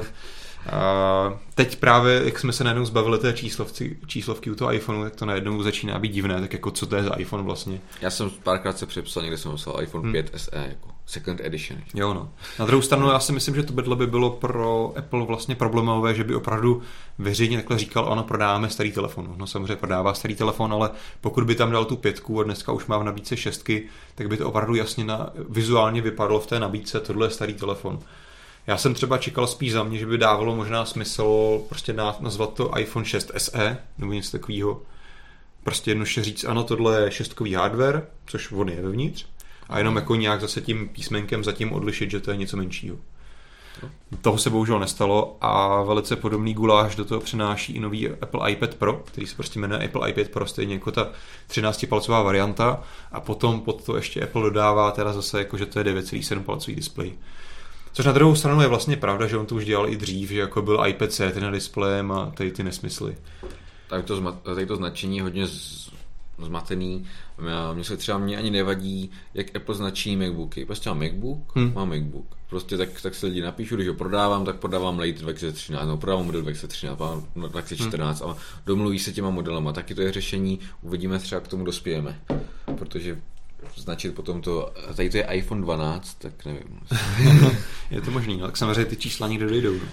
a teď právě, jak jsme se najednou zbavili té číslovci, číslovky u toho iPhoneu, tak to najednou začíná být divné, tak jako co to je za iPhone vlastně. Já jsem párkrát se přepsal, někde jsem psal iPhone hmm. pět S E, jako second edition. Jo no. Na druhou stranu já si myslím, že to bydlo by bylo pro Apple vlastně problémové, že by opravdu veřejně takhle říkal, ano, prodáváme starý telefon. No samozřejmě prodává starý telefon, ale pokud by tam dal tu pětku a dneska už má v nabídce šestky, tak by to opravdu jasně na, vizuálně vypadalo v té nabídce, tohle je starý telefon. Já jsem třeba čekal spíš za mě, že by dávalo možná smysl prostě nazvat to iPhone šest S E nebo něco takového. Prostě jednoduše říct, ano, tohle je šestkový hardware, což on je vevnitř, a jenom jako nějak zase tím písmenkem zatím odlišit, že to je něco menšího. Toho se bohužel nestalo a velice podobný guláš do toho přináší i nový Apple iPad Pro, který se prostě jmenuje Apple iPad Pro, stejně jako ta třináctipalcová varianta, a potom pod to ještě Apple dodává teda zase jako, že to je devět celá sedm palcový displej. Což na druhou stranu je vlastně pravda, že on to už dělal i dřív, že jako byl iPad C na displejem a tady ty nesmysly. Tady to, zma, tady to značení je hodně z, zmatený. Mně se třeba mě ani nevadí, jak Apple značí MacBooky. Prostě mám MacBook, hmm. mám MacBook. Prostě tak, tak se lidi napíšu, když ho prodávám, tak prodávám late dva tisíce třináct, no prodávám model dva tisíce třináct, dva tisíce čtrnáct hmm. a domluví se těma modelama. Taky to je řešení, uvidíme, třeba k tomu dospějeme. Protože značit potom to, tady to je iPhone dvanáct, tak nevím. Je to možný, no, tak samozřejmě ty čísla nikdo dojdou. No.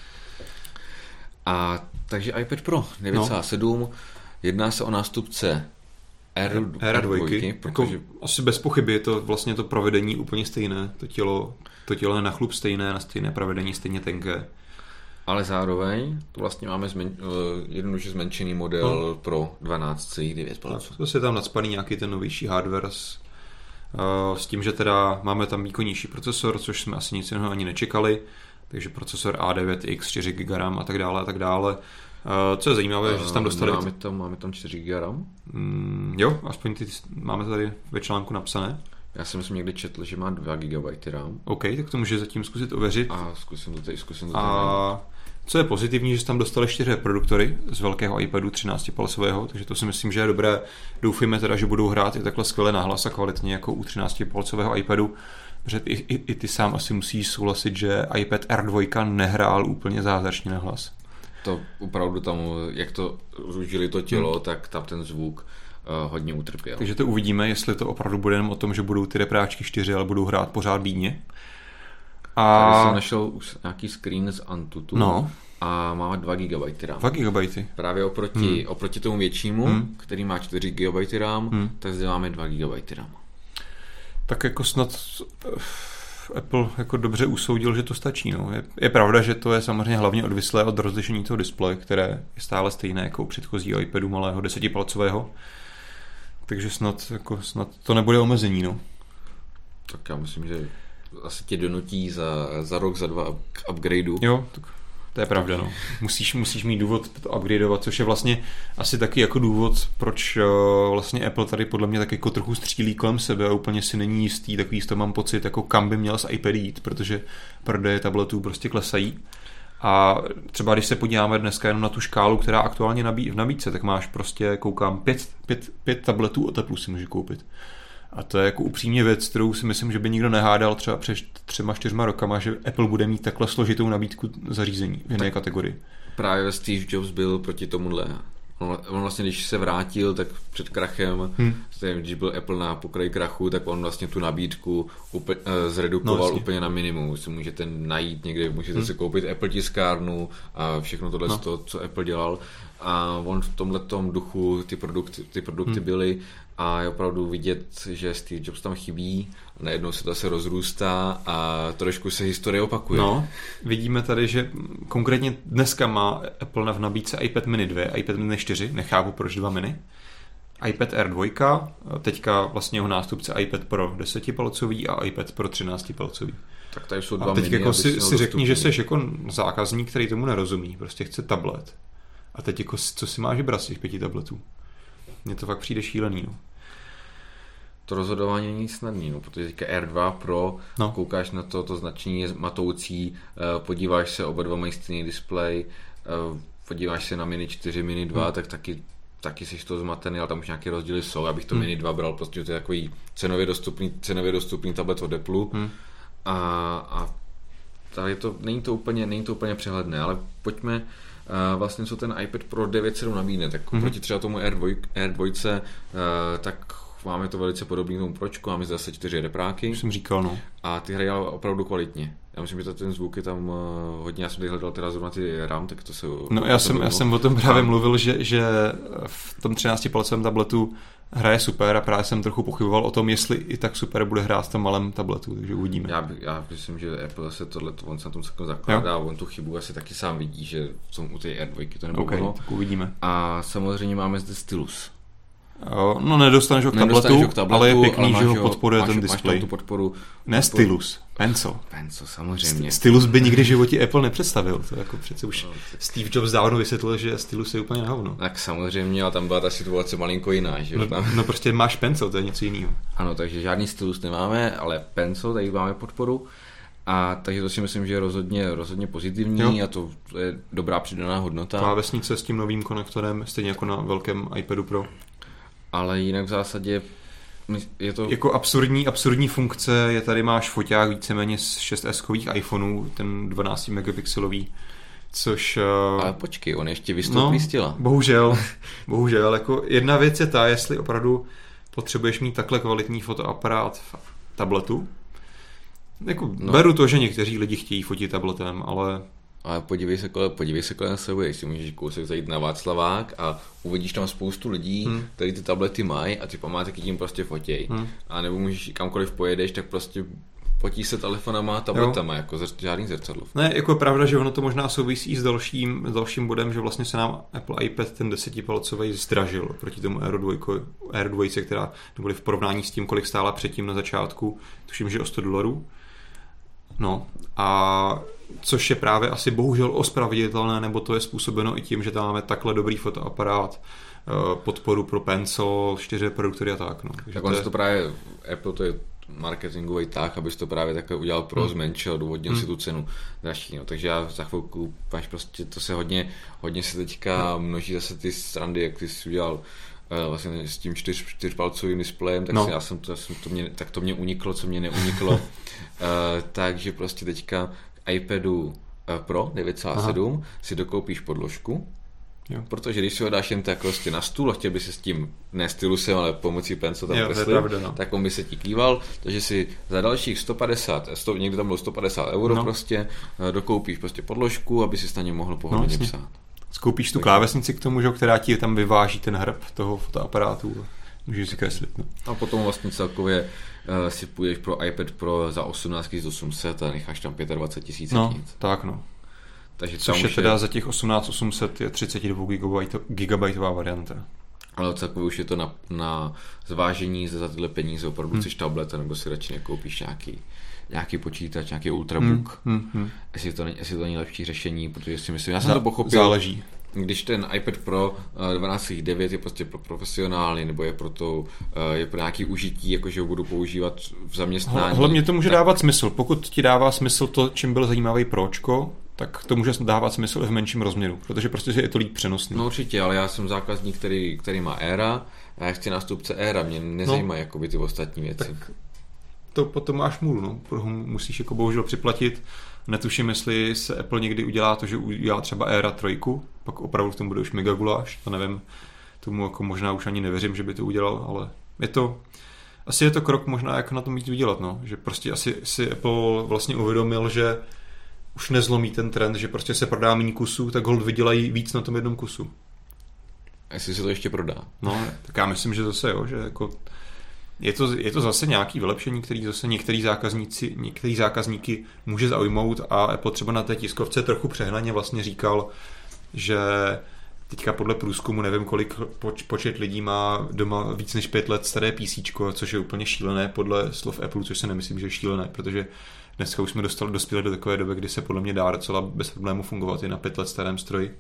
A takže iPad Pro devět celá sedm, no. Jedná se o nástupce R dva, protože... jako, asi bez pochyby je to vlastně to provedení úplně stejné, to tělo, to tělo je na chlup stejné, na stejné provedení, stejně tenké. Ale zároveň tu vlastně máme zmen, jednoduše zmenšený model no. Pro dvanáct celá devět palců. To je tam nacpaný nějaký ten novější hardware s, uh, s tím, že teda máme tam výkonnější procesor, což jsme asi nic jiného ani nečekali, takže procesor A devět X, čtyři giga RAM a tak dále a tak dále. Uh, co je zajímavé, uh, že se tam dostali... Máme tam, máme tam čtyři giga RAM? Mm, jo, aspoň ty máme to tady ve článku napsané. Já jsem si někdy četl, že má dva gigabajty RAM. OK, tak to může zatím zkusit ověřit. A zkusím to tady, zkusím to tady. A co je pozitivní, že tam dostali čtyři reproduktory z velkého iPadu třináctipalcového, takže to si myslím, že je dobré. Doufujeme teda, že budou hrát i takhle skvěle nahlas a kvalitně jako u třináctipalcového iPadu, Že i, i, i ty sám asi musíš souhlasit, že iPad R dva nehrál úplně zázračně na hlas. To opravdu tam, jak to užili to tělo, hmm. tak tam ten zvuk uh, hodně utrpěl. Takže to uvidíme, jestli to opravdu bude jenom o tom, že budou ty repráčky čtyři, ale budou hrát pořád bídně. A... Tady jsem našel už nějaký screen z Antutu. No. A má dva gigabajty RAM. dva gigabajty. Právě oproti, hmm. oproti tomu většímu, hmm. který má čtyři gigabajty RAM, hmm. tak zde máme dva gigabajty RAM. Tak jako snad Apple jako dobře usoudil, že to stačí. No. Je, je pravda, že to je samozřejmě hlavně odvislé od rozlišení toho displeje, které je stále stejné jako u předchozího iPadu malého desetipalcového. Takže snad, jako, snad to nebude omezení. No. Tak já myslím, že asi tě donutí za, za rok, za dva k upgradeu. Jo, tak to je pravda. No. Musíš, musíš mít důvod to upgradeovat, což je vlastně asi taky jako důvod, proč uh, vlastně Apple tady podle mě tak jako trochu střílí kolem sebe a úplně si není jistý, takový z toho mám pocit, jako kam by měl z iPad jít, protože prodeje tabletů prostě klesají. A třeba když se podíváme dneska jenom na tu škálu, která aktuálně nabí, v nabídce, tak máš prostě, koukám, pět, pět, pět tabletů od Apple si můžeš koupit. A to je jako upřímně věc, kterou si myslím, že by nikdo nehádal třeba před třema, čtyřma rokama, že Apple bude mít takhle složitou nabídku zařízení v jiné kategorii. Právě Steve Jobs byl proti tomuhle. On, on vlastně, když se vrátil, tak před krachem, hmm. když byl Apple na pokraji krachu, tak on vlastně tu nabídku úplně, uh, zredukoval no, úplně na minimum. Si můžete najít někde, můžete hmm. si koupit Apple tiskárnu a všechno tohle, no. to, co Apple dělal. A on v tomhletom duchu ty produkty, ty produkty hmm. byly a je opravdu vidět, že Steve Jobs tam chybí, najednou se to se rozrůstá a trošku se historie opakuje. No, vidíme tady, že konkrétně dneska má Apple v nabídce iPad mini dva, iPad mini čtyři, nechápu proč dva mini, iPad R dva, teďka vlastně jeho nástupce iPad Pro desetipalcový a iPad Pro třináctipalcový. Tak tady jsou dva a teď mini, jako si, si řekni, že jsi jako zákazník, který tomu nerozumí, prostě chce tablet. A teď jako, co si máš vybrat z těch pěti tabletů? Mně to fakt přijde šílený. No. To rozhodování není snadný, no, protože teďka R dva Pro, no. koukáš na to, to značení je matoucí, podíváš se, oba dva mají stejný displej, podíváš se na Mini čtyři, Mini dva, hmm. tak taky, taky jsi to zmatený, ale tam už nějaké rozdíly jsou. Abych to hmm. Mini dva bral, protože to je takový cenově dostupný, cenově dostupný tablet od Apple. Hmm. A, a tady to, není to úplně, není to úplně přehledné, ale pojďme Uh, vlastně co ten iPad Pro devět set sedm nabídne, tak mm-hmm. proti třeba tomu R dva, R dva uh, tak máme to velice podobný tomu Pročku, máme zase čtyři repráky. Už jsem říkal, no. A ty hrají opravdu kvalitně. Já myslím, že to ten zvuk je tam uh, hodně, já jsem tady hledal teda zrovna ty RAM, tak to se... No já jsem, já jsem o tom právě mluvil, že, že v tom třináctipalcovém tabletu hraje super a právě jsem trochu pochyboval o tom, jestli i tak super bude hrát v tom malém tabletu, takže uvidíme. Já, já myslím, že Apple zase tohle, on se na tom celkem zakládá a on tu chybu asi taky sám vidí, že jsou u té R dva to nebo okay, tak uvidíme. A samozřejmě máme zde stylus. No nedostaneš ho k tabletu, k tabletu, ale je pěkný, ale že ho podporuje máš, ten displej. Tu podporu, ne podporu. Stylus, pencil. Pencil, samozřejmě. Stylus by nikdy v životě Apple nepředstavil. To jako přece už no, Steve Jobs dávno vysvětlil, že stylus je úplně na hovno. Tak samozřejmě, ale tam byla ta situace malinko jiná. Že? No, tam... no prostě máš pencil, to je něco jiného. Ano, takže žádný stylus nemáme, ale pencil, tady máme podporu. A takže to si myslím, že je rozhodně, rozhodně pozitivní jo. a to je dobrá přidaná hodnota. Klávesnice s tím novým konektorem, stejně jako na velkém iPadu Pro. Ale jinak v zásadě je to... Jako absurdní, absurdní funkce je tady máš foťák víceméně z šest eskových iPhoneů, ten dvanáct megapixelový, což... Ale počkej, on ještě vystoupí no, z těla. Bohužel, bohužel. Jako jedna věc je ta, jestli opravdu potřebuješ mít takhle kvalitní fotoaparát v tabletu. Jako no. Beru to, že někteří lidi chtějí fotit tabletem, ale... Ale podívej se kolem, podívej se kolem sebe, jestli můžeš kousek zajít na Václavák a uvidíš tam spoustu lidí, hmm. kteří ty tablety mají a ty památky tím prostě fotěj. Hmm. A nebo můžeš kamkoliv pojedeš, tak prostě potí se telefonama a tabletama, jo. jako žádný zrcadlo. Ne, jako je pravda, že ono to možná souvisí s dalším, s dalším bodem, že vlastně se nám Apple iPad ten desetipalcový zdražil proti tomu R dva, R dva, která neboli v porovnání s tím, kolik stála předtím na začátku, tuším, že o sto dolarů. No a což je právě asi bohužel ospravedlnitelné, nebo to je způsobeno i tím, že tam máme takhle dobrý fotoaparát, podporu pro pencil, čtyři produktory a tak. No. Tak on to, je... to právě, Apple to je marketingový tak, abys to právě takhle udělal pro hmm. zmenšil, důvodnil hmm. si tu cenu dražší. No. Takže já za chvilku, máš prostě, to se hodně, hodně se teďka množí zase ty srandy, jak ty jsi udělal vlastně s tím čtyř, čtyřpalcovým displejem, tak no. si, já jsem to, já jsem to mě, tak to mě uniklo, co mě neuniklo. uh, takže prostě teďka iPadu Pro devět celá sedm si dokoupíš podložku, jo. Protože když si ho dáš jen tak prostě na stůl a chtěl by si s tím, ne stylusem, ale pomocí pencu tam kreslil, no. Tak on by se ti kýval, takže si za dalších sto padesát, sto, někdy tam bylo sto padesát euro no. prostě, dokoupíš prostě podložku, aby si na něm mohl pohodlně no, psát. Skoupíš tu klávesnici k tomu, že, která ti tam vyváží ten hrb toho fotoaparátu. Můžeš si kreslit. No. A potom vlastně celkově uh, si půjdeš pro iPad Pro za osmnáct tisíc osm set a necháš tam dvacet pět tisíc. No, tak no. Takže což je teda je... za těch osmnáct osm set je třicet dva gigabajtová varianta. Ale celkově už je to na, na zvážení za tyhle peníze, opravdu hmm. chceš tablet, nebo si radši nekoupíš nějaký, nějaký počítač, nějaký ultrabook. Hmm. Hmm. Hmm. Jestli, to, jestli to není lepší řešení, protože si myslím, já jsem Zá, to pochopil. Záleží. Když ten iPad Pro dvanáct celá devět je prostě pro profesionální, nebo je pro, to, je pro nějaký užití, jakože ho budu používat v zaměstnání. Hlavně to může tak... dávat smysl. Pokud ti dává smysl to, čím byl zajímavý Pročko, tak to může dávat smysl i v menším rozměru, protože prostě je to líp přenosný. No určitě, ale já jsem zákazník, který, který má Aira a já chci nástupce Aira, mě nezajímají no, jakoby ty ostatní věci. Tak to potom máš můl, no. Musíš jako bohužel připlatit. Netuším, jestli se Apple někdy udělá to, že udělá třeba Aira trojku, pak opravdu v tom bude už megaguláš, to nevím, tomu jako možná už ani nevěřím, že by to udělal, ale je to, asi je to krok možná, jak na tom víc udělat, no. Že prostě asi si Apple vlastně uvědomil, že už nezlomí ten trend, že prostě se prodá méně kusů, tak hold vydělají víc na tom jednom kusu. A jestli se to ještě prodá? No, tak já myslím, že zase jo, že jako je to, je to zase nějaký vylepšení, který zase některý zákazníci, některý zákazníky může zaujmout a Apple třeba na té tiskovce trochu přehnaně vlastně říkal, že teďka podle průzkumu nevím, kolik poč, počet lidí má doma víc než pět let staré PCčko, což je úplně šílené podle slov Apple, což se nemyslím, že je šílené, protože dneska už jsme dostali, dospěli do takové doby, kdy se podle mě dá docela bez problému fungovat i na pět let starém stroji.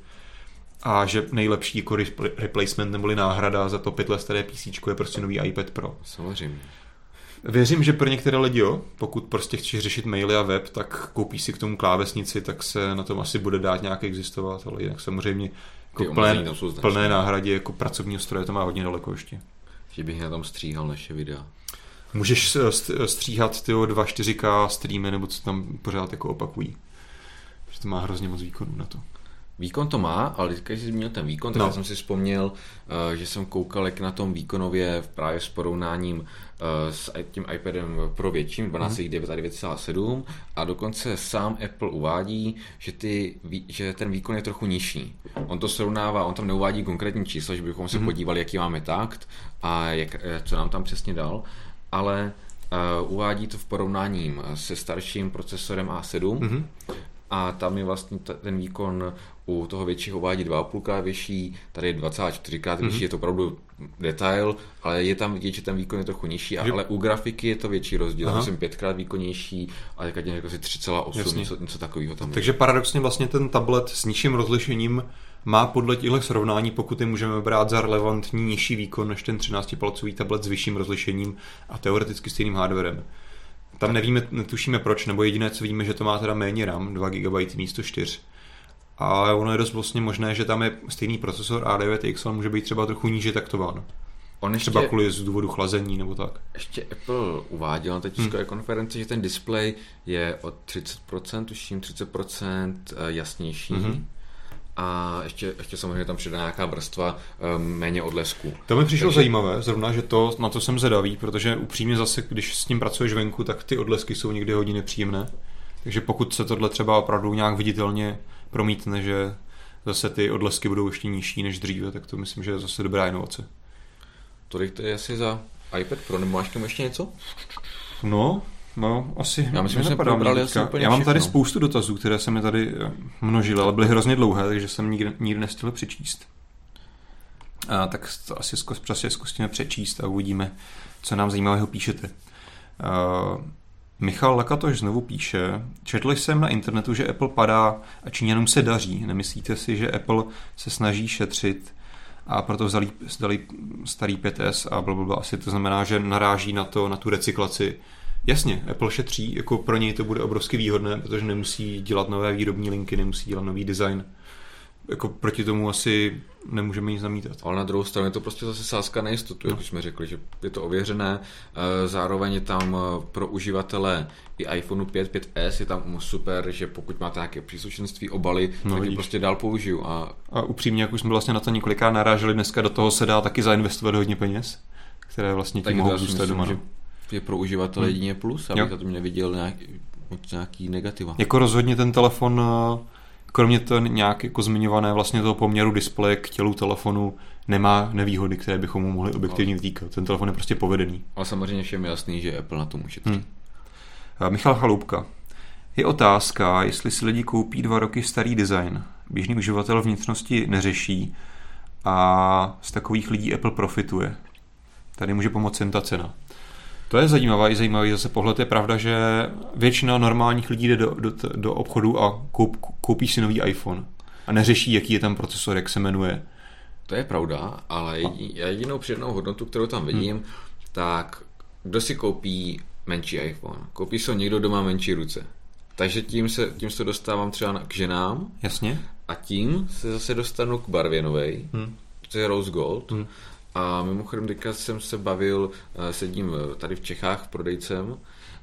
A že nejlepší jako replacement neboli náhrada za to pět let staré PCčko je prostě nový iPad Pro. Samozřejmě. Věřím, že pro některé lidi, jo, pokud prostě chceš řešit maily a web, tak koupíš si k tomu klávesnici, tak se na tom asi bude dát nějak existovat, ale jinak samozřejmě jako plné, plné náhradě jako pracovního stroje to má hodně daleko ještě. Že bych na tom stříhal naše videa. Můžeš stříhat tyho dva čtyři ká streamy, nebo co tam pořád jako opakují. Protože to má hrozně moc výkonů na to. Výkon to má, ale když jsi zmínil ten výkon, tak no. já jsem si vzpomněl, že jsem koukal jak na tom výkonově právě s porovnáním s tím iPadem Pro větším dvanáct celá devět a devět celá sedm a dokonce sám Apple uvádí, že, ty, že ten výkon je trochu nižší. On to srovnává, on tam neuvádí konkrétní číslo, že bychom se mm-hmm. podívali, jaký máme takt a jak, co nám tam přesně dal, ale uh, uvádí to v porovnáním se starším procesorem A sedm mm-hmm. a tam je vlastně t- ten výkon u toho většího uvádí dva a půl krát vyšší, tady je dva celá čtyři krát vyšší, mm-hmm. je to opravdu detail, ale je tam vidět, že ten výkon je trochu nižší, ale u grafiky je to větší rozdíl, tam jsem pětkrát výkonnější a teďka jako si tři celá osm, něco, něco takového tam. Takže paradoxně vlastně ten tablet s nižším rozlišením má podle těchto srovnání, pokud je můžeme brát za relevantní nižší výkon než ten třináctipalcový tablet s vyšším rozlišením a teoreticky stejným hardwarem. Tam nevíme, netušíme proč, nebo jediné, co víme, že to má teda méně RAM, dva gigabajty místo čtyři. Ale ono je dost vlastně možné, že tam je stejný procesor A devět X, ale může být třeba trochu níže taktován. On ještě, třeba kvůli z důvodu chlazení nebo tak. Ještě Apple uváděl na té tiskové hmm. konferenci, že ten displej je o třicet procent, tuším třicet procent jasnější. Hmm. A ještě, ještě samozřejmě tam přidá nějaká vrstva um, méně odlesků. To mi přišlo Takže... zajímavé, zrovna, že to, na to jsem zvědavý, protože upřímně zase, když s tím pracuješ venku, tak ty odlesky jsou někdy hodně nepříjemné. Takže pokud se tohle třeba opravdu nějak viditelně promítne, že zase ty odlesky budou ještě nižší než dříve, tak to myslím, že je zase dobrá inovace. Tolik to je asi za iPad Pro, nebo máš k tomu ještě něco? No, no, asi Já myslím, že jsme probrali asi úplně Já mám tady všechno. spoustu dotazů, které se mi tady množily, ale byly hrozně dlouhé, takže jsem nikdy, nikdy nestihl přečíst. A, tak to asi zkus, prostě zkusíme přečíst a uvidíme, co nám zajímavého píšete. Uh, Michal Lakatoš znovu píše, četl jsem na internetu, že Apple padá a Číňanům se daří. Nemyslíte si, že Apple se snaží šetřit a proto vzali, zdali starý pět S a blablabla. Asi to znamená, že naráží na to, na tu recyklaci. Jasně, Apple šetří, jako pro něj to bude obrovsky výhodné, protože nemusí dělat nové výrobní linky, nemusí dělat nový design. jako proti tomu asi nemůžeme nic zamítat. Ale na druhou stranu je to prostě zase sázka na jistotu, no. Jak už jsme řekli, že je to ověřené. Zároveň je tam pro uživatele i iPhone pět, pět es je tam super, že pokud máte nějaké příslušenství, obaly, no, tak vidíš. Je prostě dál použiju. A... a upřímně, jak už jsme vlastně na to několikrát naráželi, dneska do toho se dá taky zainvestovat hodně peněz, které vlastně tím mohou zůstat doma. Že je pro uživatele jedině plus, abych to neviděl nějaký, nějaký negativa. Jako rozhodně ten telefon, kromě to nějak jako zmiňované vlastně toho poměru displeje k tělu telefonu, nemá nevýhody, které bychom mu mohli objektivně vytýkat. Ten telefon je prostě povedený. Ale samozřejmě všem je jasný, že Apple na tom ušetří. Hmm. Michal Chaloupka. Je otázka, jestli si lidi koupí dva roky starý design. Běžný uživatel vnitřnosti neřeší a z takových lidí Apple profituje. Tady může pomoct jen ta cena. To je zajímavá i zajímavý zase pohled. Je pravda, že většina normálních lidí jde do, do, do obchodu a koup, koupí si nový iPhone a neřeší, jaký je tam procesor, jak se jmenuje. To je pravda, ale jedinou přidanou hodnotu, kterou tam vidím, hmm. tak kdo si koupí menší iPhone? Koupí se ho někdo, kdo má menší ruce. Takže tím se, tím se dostávám třeba k ženám. Jasně. A tím se zase dostanu k barvě novej. Hmm. To je Rose Gold. Hmm. A mimochodem teďka jsem se bavil, sedím tady v Čechách prodejcem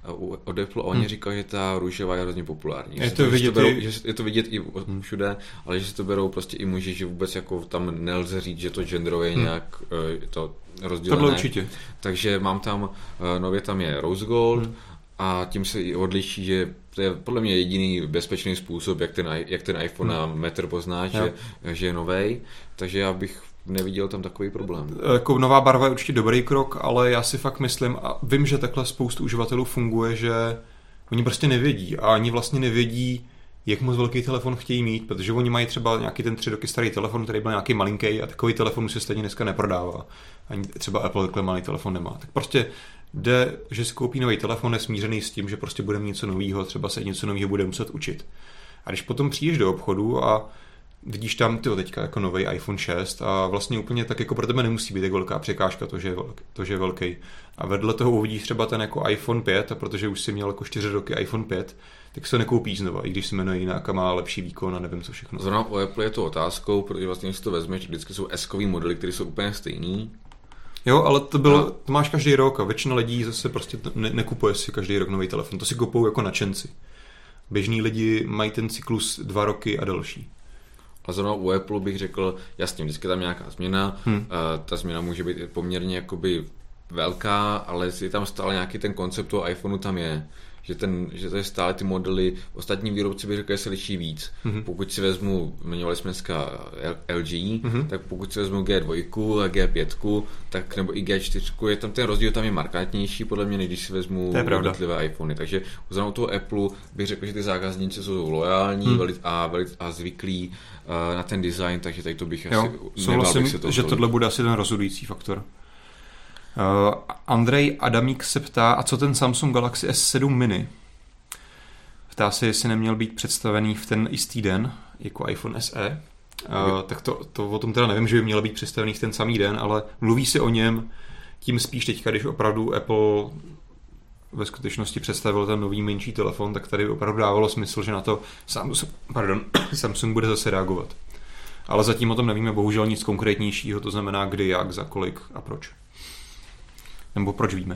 od Apple a oni hmm. říkají, že ta růžová je hrozně populární. Je to, vidět, to berou, že je to vidět i všude, ale že si to berou prostě i muži, že vůbec jako tam nelze říct, že to genderově je hmm. nějak to rozdělené. Tohle určitě. Takže mám tam, nově tam je Rose Gold hmm. a tím se i odliší, že to je podle mě jediný bezpečný způsob, jak ten, jak ten iPhone hmm. na metr pozná, že, že je novej. Takže já bych neviděl tam takový problém. Jako nová barva je určitě dobrý krok, ale já si fakt myslím a vím, že takhle spoustu uživatelů funguje, že oni prostě nevědí a ani vlastně nevědí, jak moc velký telefon chtějí mít, protože oni mají třeba nějaký ten tři roky starý telefon, který byl nějaký malinký a takový telefon se stejně dneska neprodává. Ani třeba Apple takhle malý telefon nemá. Tak prostě jde, že si koupí nový telefon, je smířený s tím, že prostě bude mít něco nového, třeba se něco nového bude muset učit. A když potom přijdeš do obchodu a vidíš tam tyho teďka jako nový iPhone šest a vlastně úplně tak jako pro tebe nemusí být tak velká překážka to, že je velký, to, že je velký. A vedle toho uvidíš třeba ten jako iPhone pět a protože už si měl jako čtyři roky iPhone pět, tak se nekoupíš znova, i když se jmenuje jinak a má lepší výkon a nevím co všechno. Zrovna u Apple je to otázkou, protože vlastně když si to vezmeš, vždycky jsou S-kový modely, které jsou úplně stejný. Jo, ale to bylo, to máš každý rok a většina lidí zase prostě ne, nekupuje si každý rok nový telefon. To si kupují jako nadšenci. Běžní lidi mají ten cyklus dva roky a další. A zrovna u Apple bych řekl, jasně, vždycky tam nějaká změna, hmm. ta změna může být poměrně jakoby velká, ale je tam stále nějaký ten koncept toho iPhoneu tam je, že, ten, že to je stále ty modely, ostatní výrobci bych řekl, že se liší víc. Hmm. Pokud si vezmu, jmenovali jsme dneska L G, hmm. tak pokud si vezmu G dva a G pět, tak nebo i G čtyři, je tam ten rozdíl tam je markantnější, podle mě, než když si vezmu jednotlivé iPhony. Takže zrovna u toho Apple bych řekl, že ty zákazníci jsou loajální hmm. velic, a, velic, a zvyklí uh, na ten design, takže tady to bych jo, asi nebál bych se toho. Že tohle bude asi ten rozhodující faktor. Uh, Andrej Adamík se ptá, a co ten Samsung Galaxy S sedm mini? Ptá se, jestli neměl být představený v ten jistý den, jako iPhone S E. Uh, tak to, to o tom teda nevím, že by měl být představený v ten samý den, ale mluví se o něm tím spíš teďka, když opravdu Apple ve skutečnosti představil ten nový menší telefon, tak tady opravdu dávalo smysl, že na to Samsung, pardon, Samsung bude zase reagovat. Ale zatím o tom nevíme bohužel nic konkrétnějšího, to znamená kdy, jak, za kolik a proč. Nebo proč víme?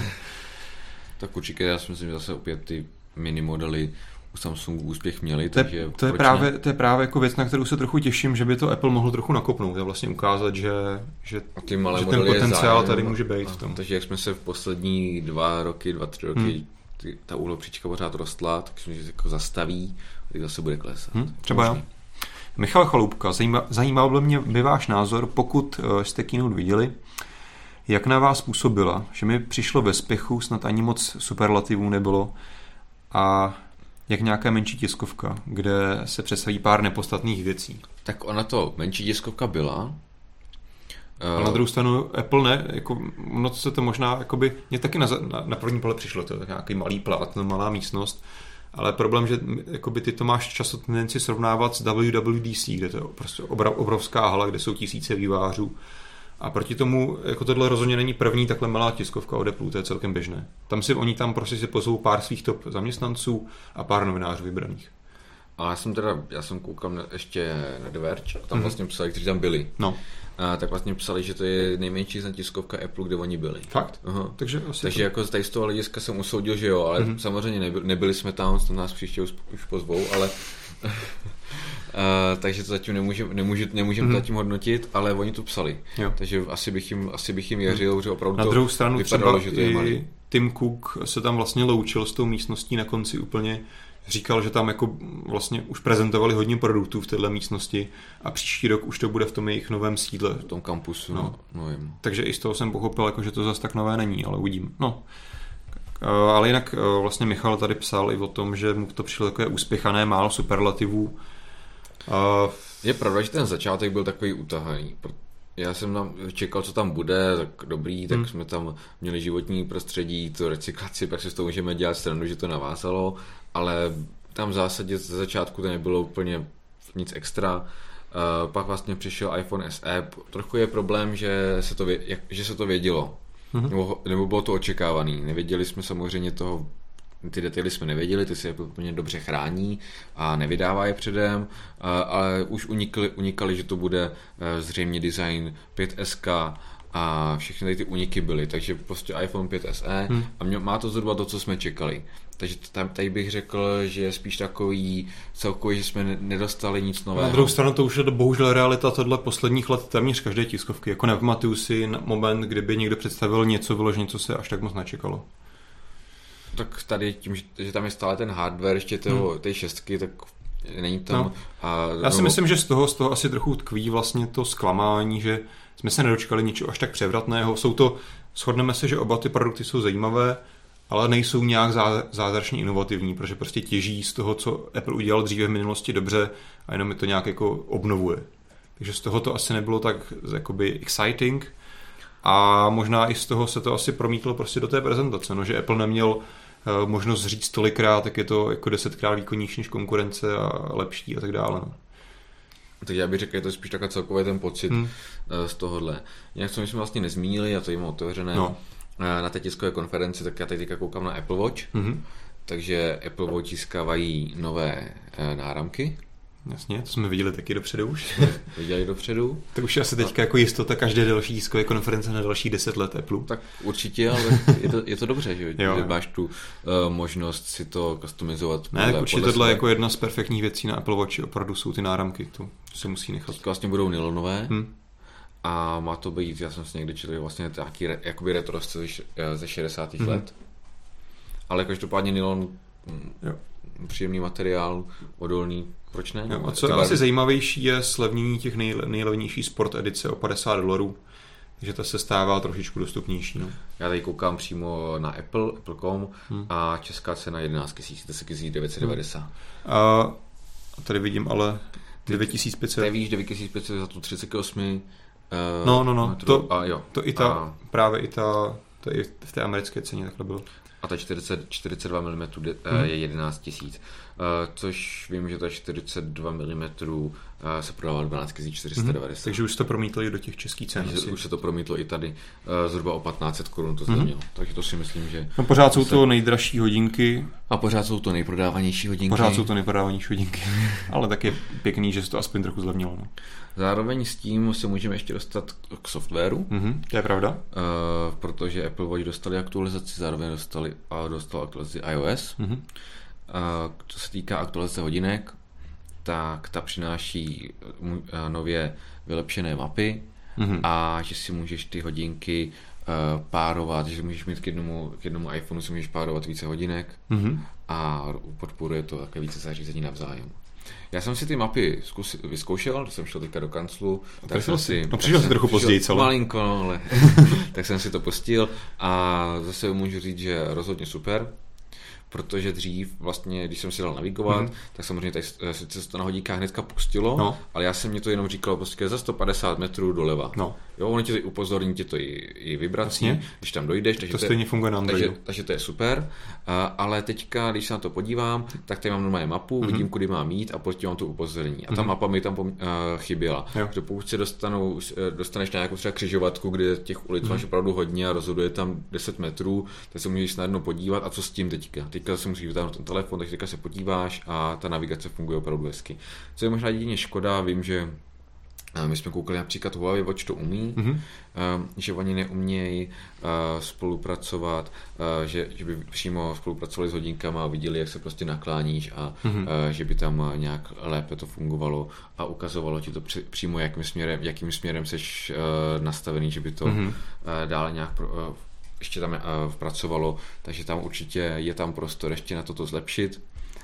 Tak určitě, já si myslím, že zase opět ty mini modely u Samsungu úspěch měli. To, takže to, je právě, to je právě jako věc, na kterou se trochu těším, že by to Apple mohlo trochu nakopnout a vlastně ukázat, že, že, že ten potenciál zájem, tady může být. V tom. Takže jak jsme se v poslední dva roky, dva, tři roky, hmm. ty, ta úhlopříčka pořád rostla, tak si myslím, že se jako zastaví a teď zase bude klesat. Hmm, třeba jo. Michal Chaloupka, zajímal, zajímal by mě by váš názor, pokud uh, jste keynote viděli, jak na vás působila, že mi přišlo ve spěchu, snad ani moc superlativů nebylo a jak nějaká menší tiskovka, kde se představí pár nepodstatných věcí. Tak ona to menší tiskovka byla. Ale na druhou stranu Apple ne, jako, no se to možná, jakoby, mě taky na, na, na první pohled přišlo, to je nějaký malý plátno, malá místnost, ale problém, že jakoby, ty to máš často tendenci srovnávat s W W D C, kde to je prostě obrovská hala, kde jsou tisíce vývářů. A proti tomu, jako tohle rozhodně není první takhle malá tiskovka od Apple, to je celkem běžné. Tam si oni tam prostě si pozvou pár svých top zaměstnanců a pár novinářů vybraných. A já jsem teda, já jsem koukal na, ještě na The Verge a tam mm-hmm. vlastně psali, kteří tam byli. No. A tak vlastně psali, že to je nejmenší tiskovka Apple, kde oni byli. Fakt? Aha. Takže, asi Takže to... jako tady z toho hlediska jsem usoudil, že jo, ale mm-hmm. samozřejmě nebyli, nebyli jsme tam, tam nás příště už, už pozvou, ale uh, takže to zatím nemůžem, nemůžem, nemůžem mm-hmm. zatím hodnotit, ale oni to psali. Jo. Takže asi bych jim, asi bych jim věřil, že opravdu na druhou stranu to vypadalo, třeba že to je malý. Tim Cook se tam vlastně loučil s tou místností na konci úplně. Říkal, že tam jako vlastně už prezentovali hodně produktů v této místnosti a příští rok už to bude v tom jejich novém sídle. V tom kampusu. No. No, takže i z toho jsem pochopil, jako, že to zase tak nové není, ale uvidím. No. Ale jinak vlastně Michal tady psal i o tom, že mu to přišlo takové uspěchané, málo superlativů. Je pravda, že ten začátek byl takový utahaný. Já jsem tam čekal, co tam bude, tak dobrý, tak hmm. jsme tam měli životní prostředí, tu recyklaci, pak si z toho můžeme dělat stranu, že to navázalo, ale tam v zásadě ze začátku to nebylo úplně nic extra. Uh, pak vlastně přišel iPhone S E. Trochu je problém, že se to, vě, že se to vědělo, hmm. nebo, nebo bylo to očekávaný. Nevěděli jsme samozřejmě toho, ty detaily jsme nevěděli, ty si je úplně dobře chrání a nevydává je předem, ale už unikli, unikali, že to bude zřejmě design pět S a všechny tady ty uniky byly, takže prostě iPhone pět S E hmm. a mě, má to zhruba to, co jsme čekali. Takže tam, tady bych řekl, že je spíš takový celkový, že jsme nedostali nic nového. Na druhou stranu to už je bohužel realita tohle posledních let téměř každé tiskovky. Jako nepamatuju si na moment, kdyby někdo představil něco vyloženě, co se až tak moc nečekalo. Tak tady tím, že tam je stále ten hardware ještě toho, hmm. té šestky, tak není tam... No. A, Já si no, myslím, že z toho, z toho asi trochu tkví vlastně to zklamání, že jsme se nedočkali ničeho až tak převratného. Jsou to, shodneme se, že oba ty produkty jsou zajímavé, ale nejsou nějak zázračně inovativní, protože prostě těží z toho, co Apple udělal dříve v minulosti dobře a jenom je to nějak jako obnovuje. Takže z toho to asi nebylo tak jakoby exciting a možná i z toho se to asi promítlo prostě do té prezentace, no, že Apple neměl možnost říct tolikrát, tak je to jako desetkrát výkonnější než konkurence a lepší a tak dále. No. Tak já bych řekl, je to spíš takový celkový ten pocit hmm. z tohohle. Jinak co my jsme vlastně nezmínili, a to jim otevřené no. na té tiskové konferenci, tak já teď teďka koukám na Apple Watch, hmm. takže Apple Watch získávají nové náramky. Jasně, to jsme viděli taky dopředu už. Viděli dopředu. To už je asi teďka jako jistota každé další tiskové konference na další deset let Apple. Tak určitě, ale je to, je to dobře, že, že máš tu uh, možnost si to customizovat. Ne, podle, určitě tohle je jako jedna z perfektních věcí na Apple Watchi, opravdu jsou ty náramky, to se musí nechat. To vlastně budou nylonové hmm. a má to být, já jsem si někdy četl, vlastně nějaký jakoby retro ze šedesátých hmm. let. Ale každopádně nylon, jo. příjemný materiál, odolný. Proč ne? Jo, a co je asi zajímavější je slevnění těch nej, nejlevnější sport edice o padesát dolarů, takže ta se stává trošičku dostupnější. No. Já tady koukám přímo na Apple, apple tečka com hmm. a česká cena jedenáct tisíc, deset tisíc devět set devadesát. Hmm. A tady vidím ale devět tisíc pět set. Tady vidíš devět tisíc pět set za tu třicet osm. Uh, no, no, no. To, a jo. to i ta, a... právě i ta, to i v té americké ceně takhle bylo. A ta čtyřicet, čtyřicet dva milimetrů de, hmm. je jedenáct tisíc. Uh, což vím, že ta čtyřicet dva milimetrů uh, se prodává dvanáct tisíc čtyři sta devadesát. Hmm. Takže už se to promítlo i do těch českých cen. Takže už se to promítlo i tady. Uh, zhruba o patnáct set korun to zlevnilo. Hmm. Takže to si myslím, že... No pořád jsou to nejdražší hodinky. A pořád jsou to nejprodávanější hodinky. Pořád jsou to nejprodávanější hodinky. Ale tak je pěkný, že se to aspoň trochu zlevnilo. No. Zároveň s tím se můžeme ještě dostat k softwaru. Mm-hmm, to je pravda. Uh, protože Apple Watch dostali aktualizaci, zároveň dostali a dostal aktualizaci iOS. Mm-hmm. Uh, co se týká aktualizace hodinek, tak ta přináší uh, nově vylepšené mapy mm-hmm. a že si můžeš ty hodinky uh, párovat, že můžeš mít k jednomu, k jednomu iPhoneu si můžeš párovat více hodinek mm-hmm. a podporuje to také více zařízení navzájem. Já jsem si ty mapy zkusil, vyzkoušel, to jsem šel teďka do kanclu. Tak jsem si, no přišel si trochu později, co? Malinko, no, ale tak jsem si to pustil a zase můžu říct, že rozhodně super, protože dřív vlastně, když jsem si dal navigovat, mm-hmm. tak samozřejmě tady sice se to na hodínkách hnedka pustilo, no. ale já jsem mě to jenom říkal prostě za sto padesát metrů doleva. No. Jo, oni ti upozorní tě to i, i vibrací, vlastně? Když tam dojdeš. Takže to, to stejně funguje na Androidu. Takže, takže to je super, uh, ale teďka, když se na to podívám, tak tady mám normálně mapu, mm-hmm. vidím, kudy mám jít a pod mám to upozornění. A ta mm-hmm. mapa mi tam uh, chyběla. Protože pokud se dostanu, dostaneš na nějakou třeba křižovatku, kde těch ulic mm-hmm. máš opravdu hodně a rozhoduje tam deset metrů, tak se můžeš snadno podívat a co s tím teďka. Teď teďka se musíš vytáhnout ten telefon, takže teďka se podíváš a ta navigace funguje opravdu hezky. Co je možná jedině škoda, vím, že my jsme koukali například Huawei Watch to umí, mm-hmm. že oni neumějí spolupracovat, že, že by přímo spolupracovali s hodinkama a viděli, jak se prostě nakláníš a mm-hmm. že by tam nějak lépe to fungovalo a ukazovalo ti to přímo, jakým směrem, jakým směrem seš nastavený, že by to mm-hmm. dále nějak ještě tam pracovalo, takže tam určitě je tam prostor ještě na toto zlepšit,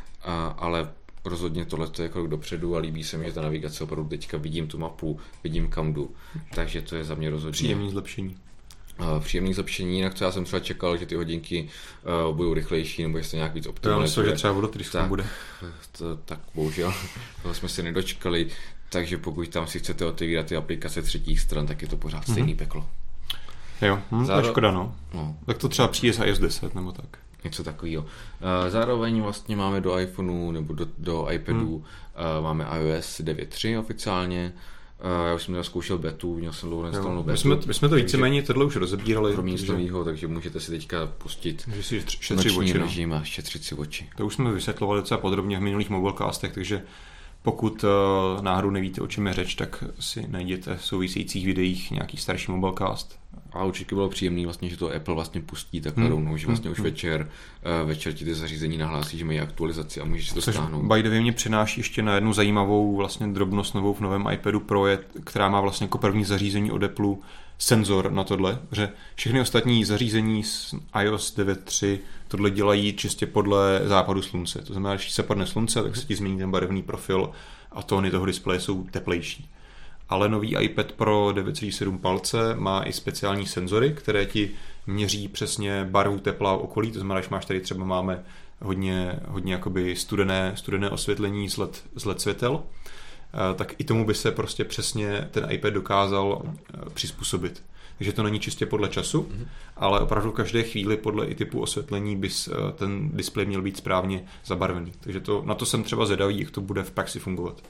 ale rozhodně tohle je krok dopředu a líbí se mi, že ta navigace opravdu teďka vidím tu mapu, vidím kam jdu, takže to je za mě rozhodně příjemný zlepšení. Uh, příjemný zlepšení, jinak co já jsem třeba čekal, že ty hodinky uh, budou rychlejší nebo jestli nějak víc optimalizuje. Já myslím, že třeba vodotrysku bude. To, tak bohužel, toho jsme se nedočkali, takže pokud tam si chcete otevírat ty aplikace třetích stran, tak je to pořád mm-hmm. stejný peklo. Jo, hm, Záro... to je škoda, no. no. Tak to třeba přijde z iOS deset nebo tak. Něco takového. Zároveň vlastně máme do iPhoneu nebo do, do iPadu hmm. máme iOS devět tečka tři oficiálně. Já už jsem zkoušel betu, měl jsem dlouho nainstalovanou betu. My jsme, my jsme to víceméně tohle už rozebírali. Kromě novýho, takže můžete si teďka pustit si noční režim a šetřit si oči. To už jsme vysvětlovali docela podrobně v minulých mobilecastech, takže pokud uh, náhodou nevíte, o čem je řeč, tak si najděte v souvisejících videích nějaký starší mobilecast. A určitě bylo příjemný vlastně, že to Apple vlastně pustí takhle hmm. rovnou, že vlastně hmm. už večer, uh, večer ti ty zařízení nahlásí, že mají aktualizaci a můžeš si to Což stáhnout. By the way mě přináší ještě na jednu zajímavou vlastně drobnost novou v novém iPadu Pro, je, která má vlastně jako první zařízení od Apple senzor na tohle, že všechny ostatní zařízení z iOS devět tečka tři tohle dělají čistě podle západu slunce. To znamená, když se padne slunce, tak se ti změní ten barevný profil a tóny toho displeje jsou teplejší. Ale nový iPad Pro devět celá sedm palce má i speciální senzory, které ti měří přesně barvu tepla v okolí. To znamená, že máš tady třeba máme hodně, hodně jakoby studené, studené osvětlení z L E D, z L E D světel, tak i tomu by se prostě přesně ten iPad dokázal přizpůsobit. Takže to není čistě podle času, mm-hmm. ale opravdu každé chvíli podle i typu osvětlení by ten displej měl být správně zabarvený. Takže to, na to jsem třeba zvědavý, jak to bude v praxi fungovat.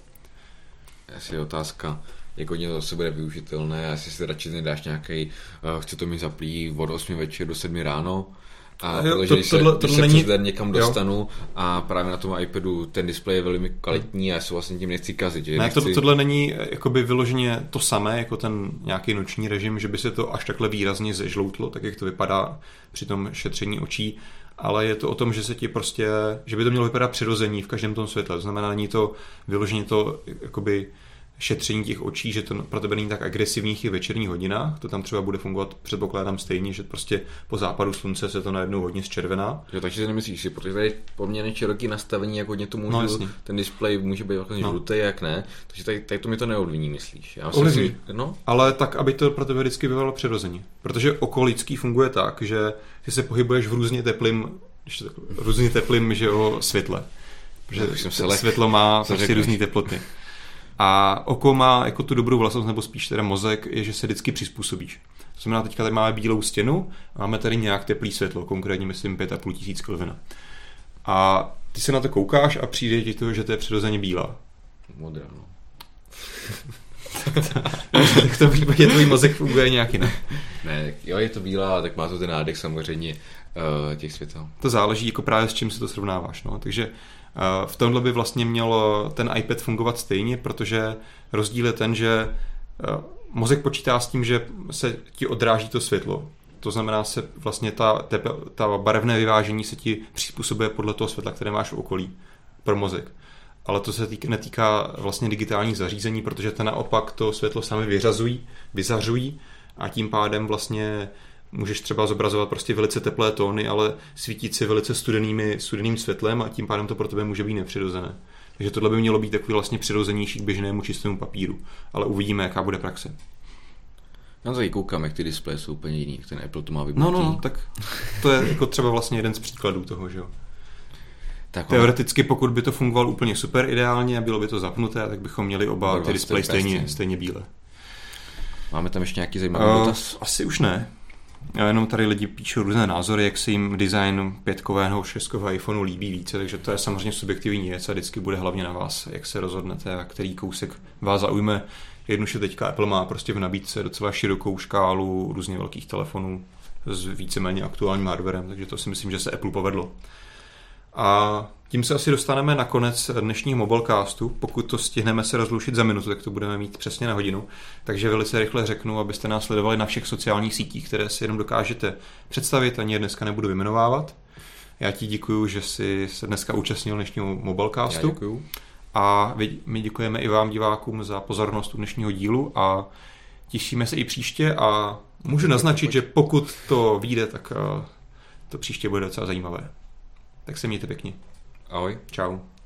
Asi je otázka, jak hodně to zase bude využitelné, jestli si radši nedáš nějaký, uh, chci to mi zaplý od osmi večer do sedmi ráno, a jo, protože když to, tohle, se, když se není... přes den někam dostanu jo. a právě na tom iPadu ten displej je velmi kvalitní a já se vlastně tím nechci kazit. Že ne, nechci... to, tohle není jakoby vyloženě to samé jako ten nějaký noční režim, že by se to až takhle výrazně zežloutlo, tak jak to vypadá při tom šetření očí, ale je to o tom, že se ti prostě, že by to mělo vypadat přirození v každém tom světle. To znamená, není to vyloženě to jakoby šetření těch očí, že to pro tebe není tak agresivních i večerních hodinách, to tam třeba bude fungovat, předpokládám stejně, že prostě po západu slunce se to najednou hodně zčervená. Jo, takže si nemyslíš si, protože tady je poměrně široký nastavení, jak hodně to můžu, no, ten displej může být vlastně no. žlutý, jak ne, takže tady, tady to mi to neovlivní, myslíš? Já ovlivní, si, no? ale tak, aby to pro tebe vždycky vypadalo přirozeně, protože oko lidský funguje tak, že ty se pohybuješ v různě teplým, v různě teplým, že jo, světle, protože světlo má prostě různý teploty. A oko má jako tu dobrou vlastnost, nebo spíš teda mozek, je, že se vždycky přizpůsobíš. To znamená, teďka tady máme bílou stěnu, máme tady nějak teplý světlo, konkrétně myslím pět a půl tisíc Kelvina. A ty se na to koukáš a přijde ti to, že to je přirozeně bílá. Modrá, no. Tak v tom případě tvůj mozek funguje nějak jinak. Ne, jo, je to bílá, tak má to ten nádech samozřejmě uh, těch světel. To záleží jako právě s čím se to srovnáváš. No? Takže v tomhle by vlastně měl ten iPad fungovat stejně, protože rozdíl je ten, že mozek počítá s tím, že se ti odráží to světlo. To znamená, se vlastně ta, ta barevné vyvážení se ti přizpůsobuje podle toho světla, které máš v okolí pro mozek. Ale to se týka, netýká vlastně digitálních zařízení, protože to naopak to světlo sami vyřazují, vyzařují a tím pádem vlastně můžeš třeba zobrazovat prostě velice teplé tóny, ale svítit si velice studenými, studeným světlem a tím pádem to pro tebe může být nepřirozené. Takže tohle by mělo být takový vlastně přirozenější k běžnému čistému papíru. Ale uvidíme, jaká bude praxe. Já tady koukám, jak ty displeje jsou úplně jiný, jak ten Apple to má vybudí. No, no, tak to je jako třeba vlastně jeden z příkladů toho, že jo. Tak teoreticky, pokud by to fungovalo úplně super ideálně a bylo by to zapnuté, tak bychom měli oba ty displeje stejně, stejně bílé. Máme tam ještě nějaký zajímavý uh, dotaz? Asi už ne. Já jenom tady lidi píšou různé názory, jak se jim design pětkového, šestkového iPhoneu líbí více, takže to je samozřejmě subjektivní věc a vždycky bude hlavně na vás, jak se rozhodnete a který kousek vás zaujme. Jednoduše teďka Apple má prostě v nabídce docela širokou škálu různě velkých telefonů s víceméně aktuálním hardwarem, takže to si myslím, že se Apple povedlo. A tím se asi dostaneme na konec dnešního Mobilecastu. Pokud to stihneme se rozlušit za minutu, tak to budeme mít přesně na hodinu. Takže velice rychle řeknu, abyste nás sledovali na všech sociálních sítích, které si jenom dokážete představit, ani je dneska nebudu vyjmenovávat. Já ti děkuju, že jsi se dneska účastnil dnešního Mobilecastu. Já děkuju. A my děkujeme i vám, divákům, za pozornost u dnešního dílu a těšíme se i příště a můžu naznačit, že pokud to vyjde, tak to příště bude docela zajímavé. Tak se mějte pěkně. Ahoj. Čau.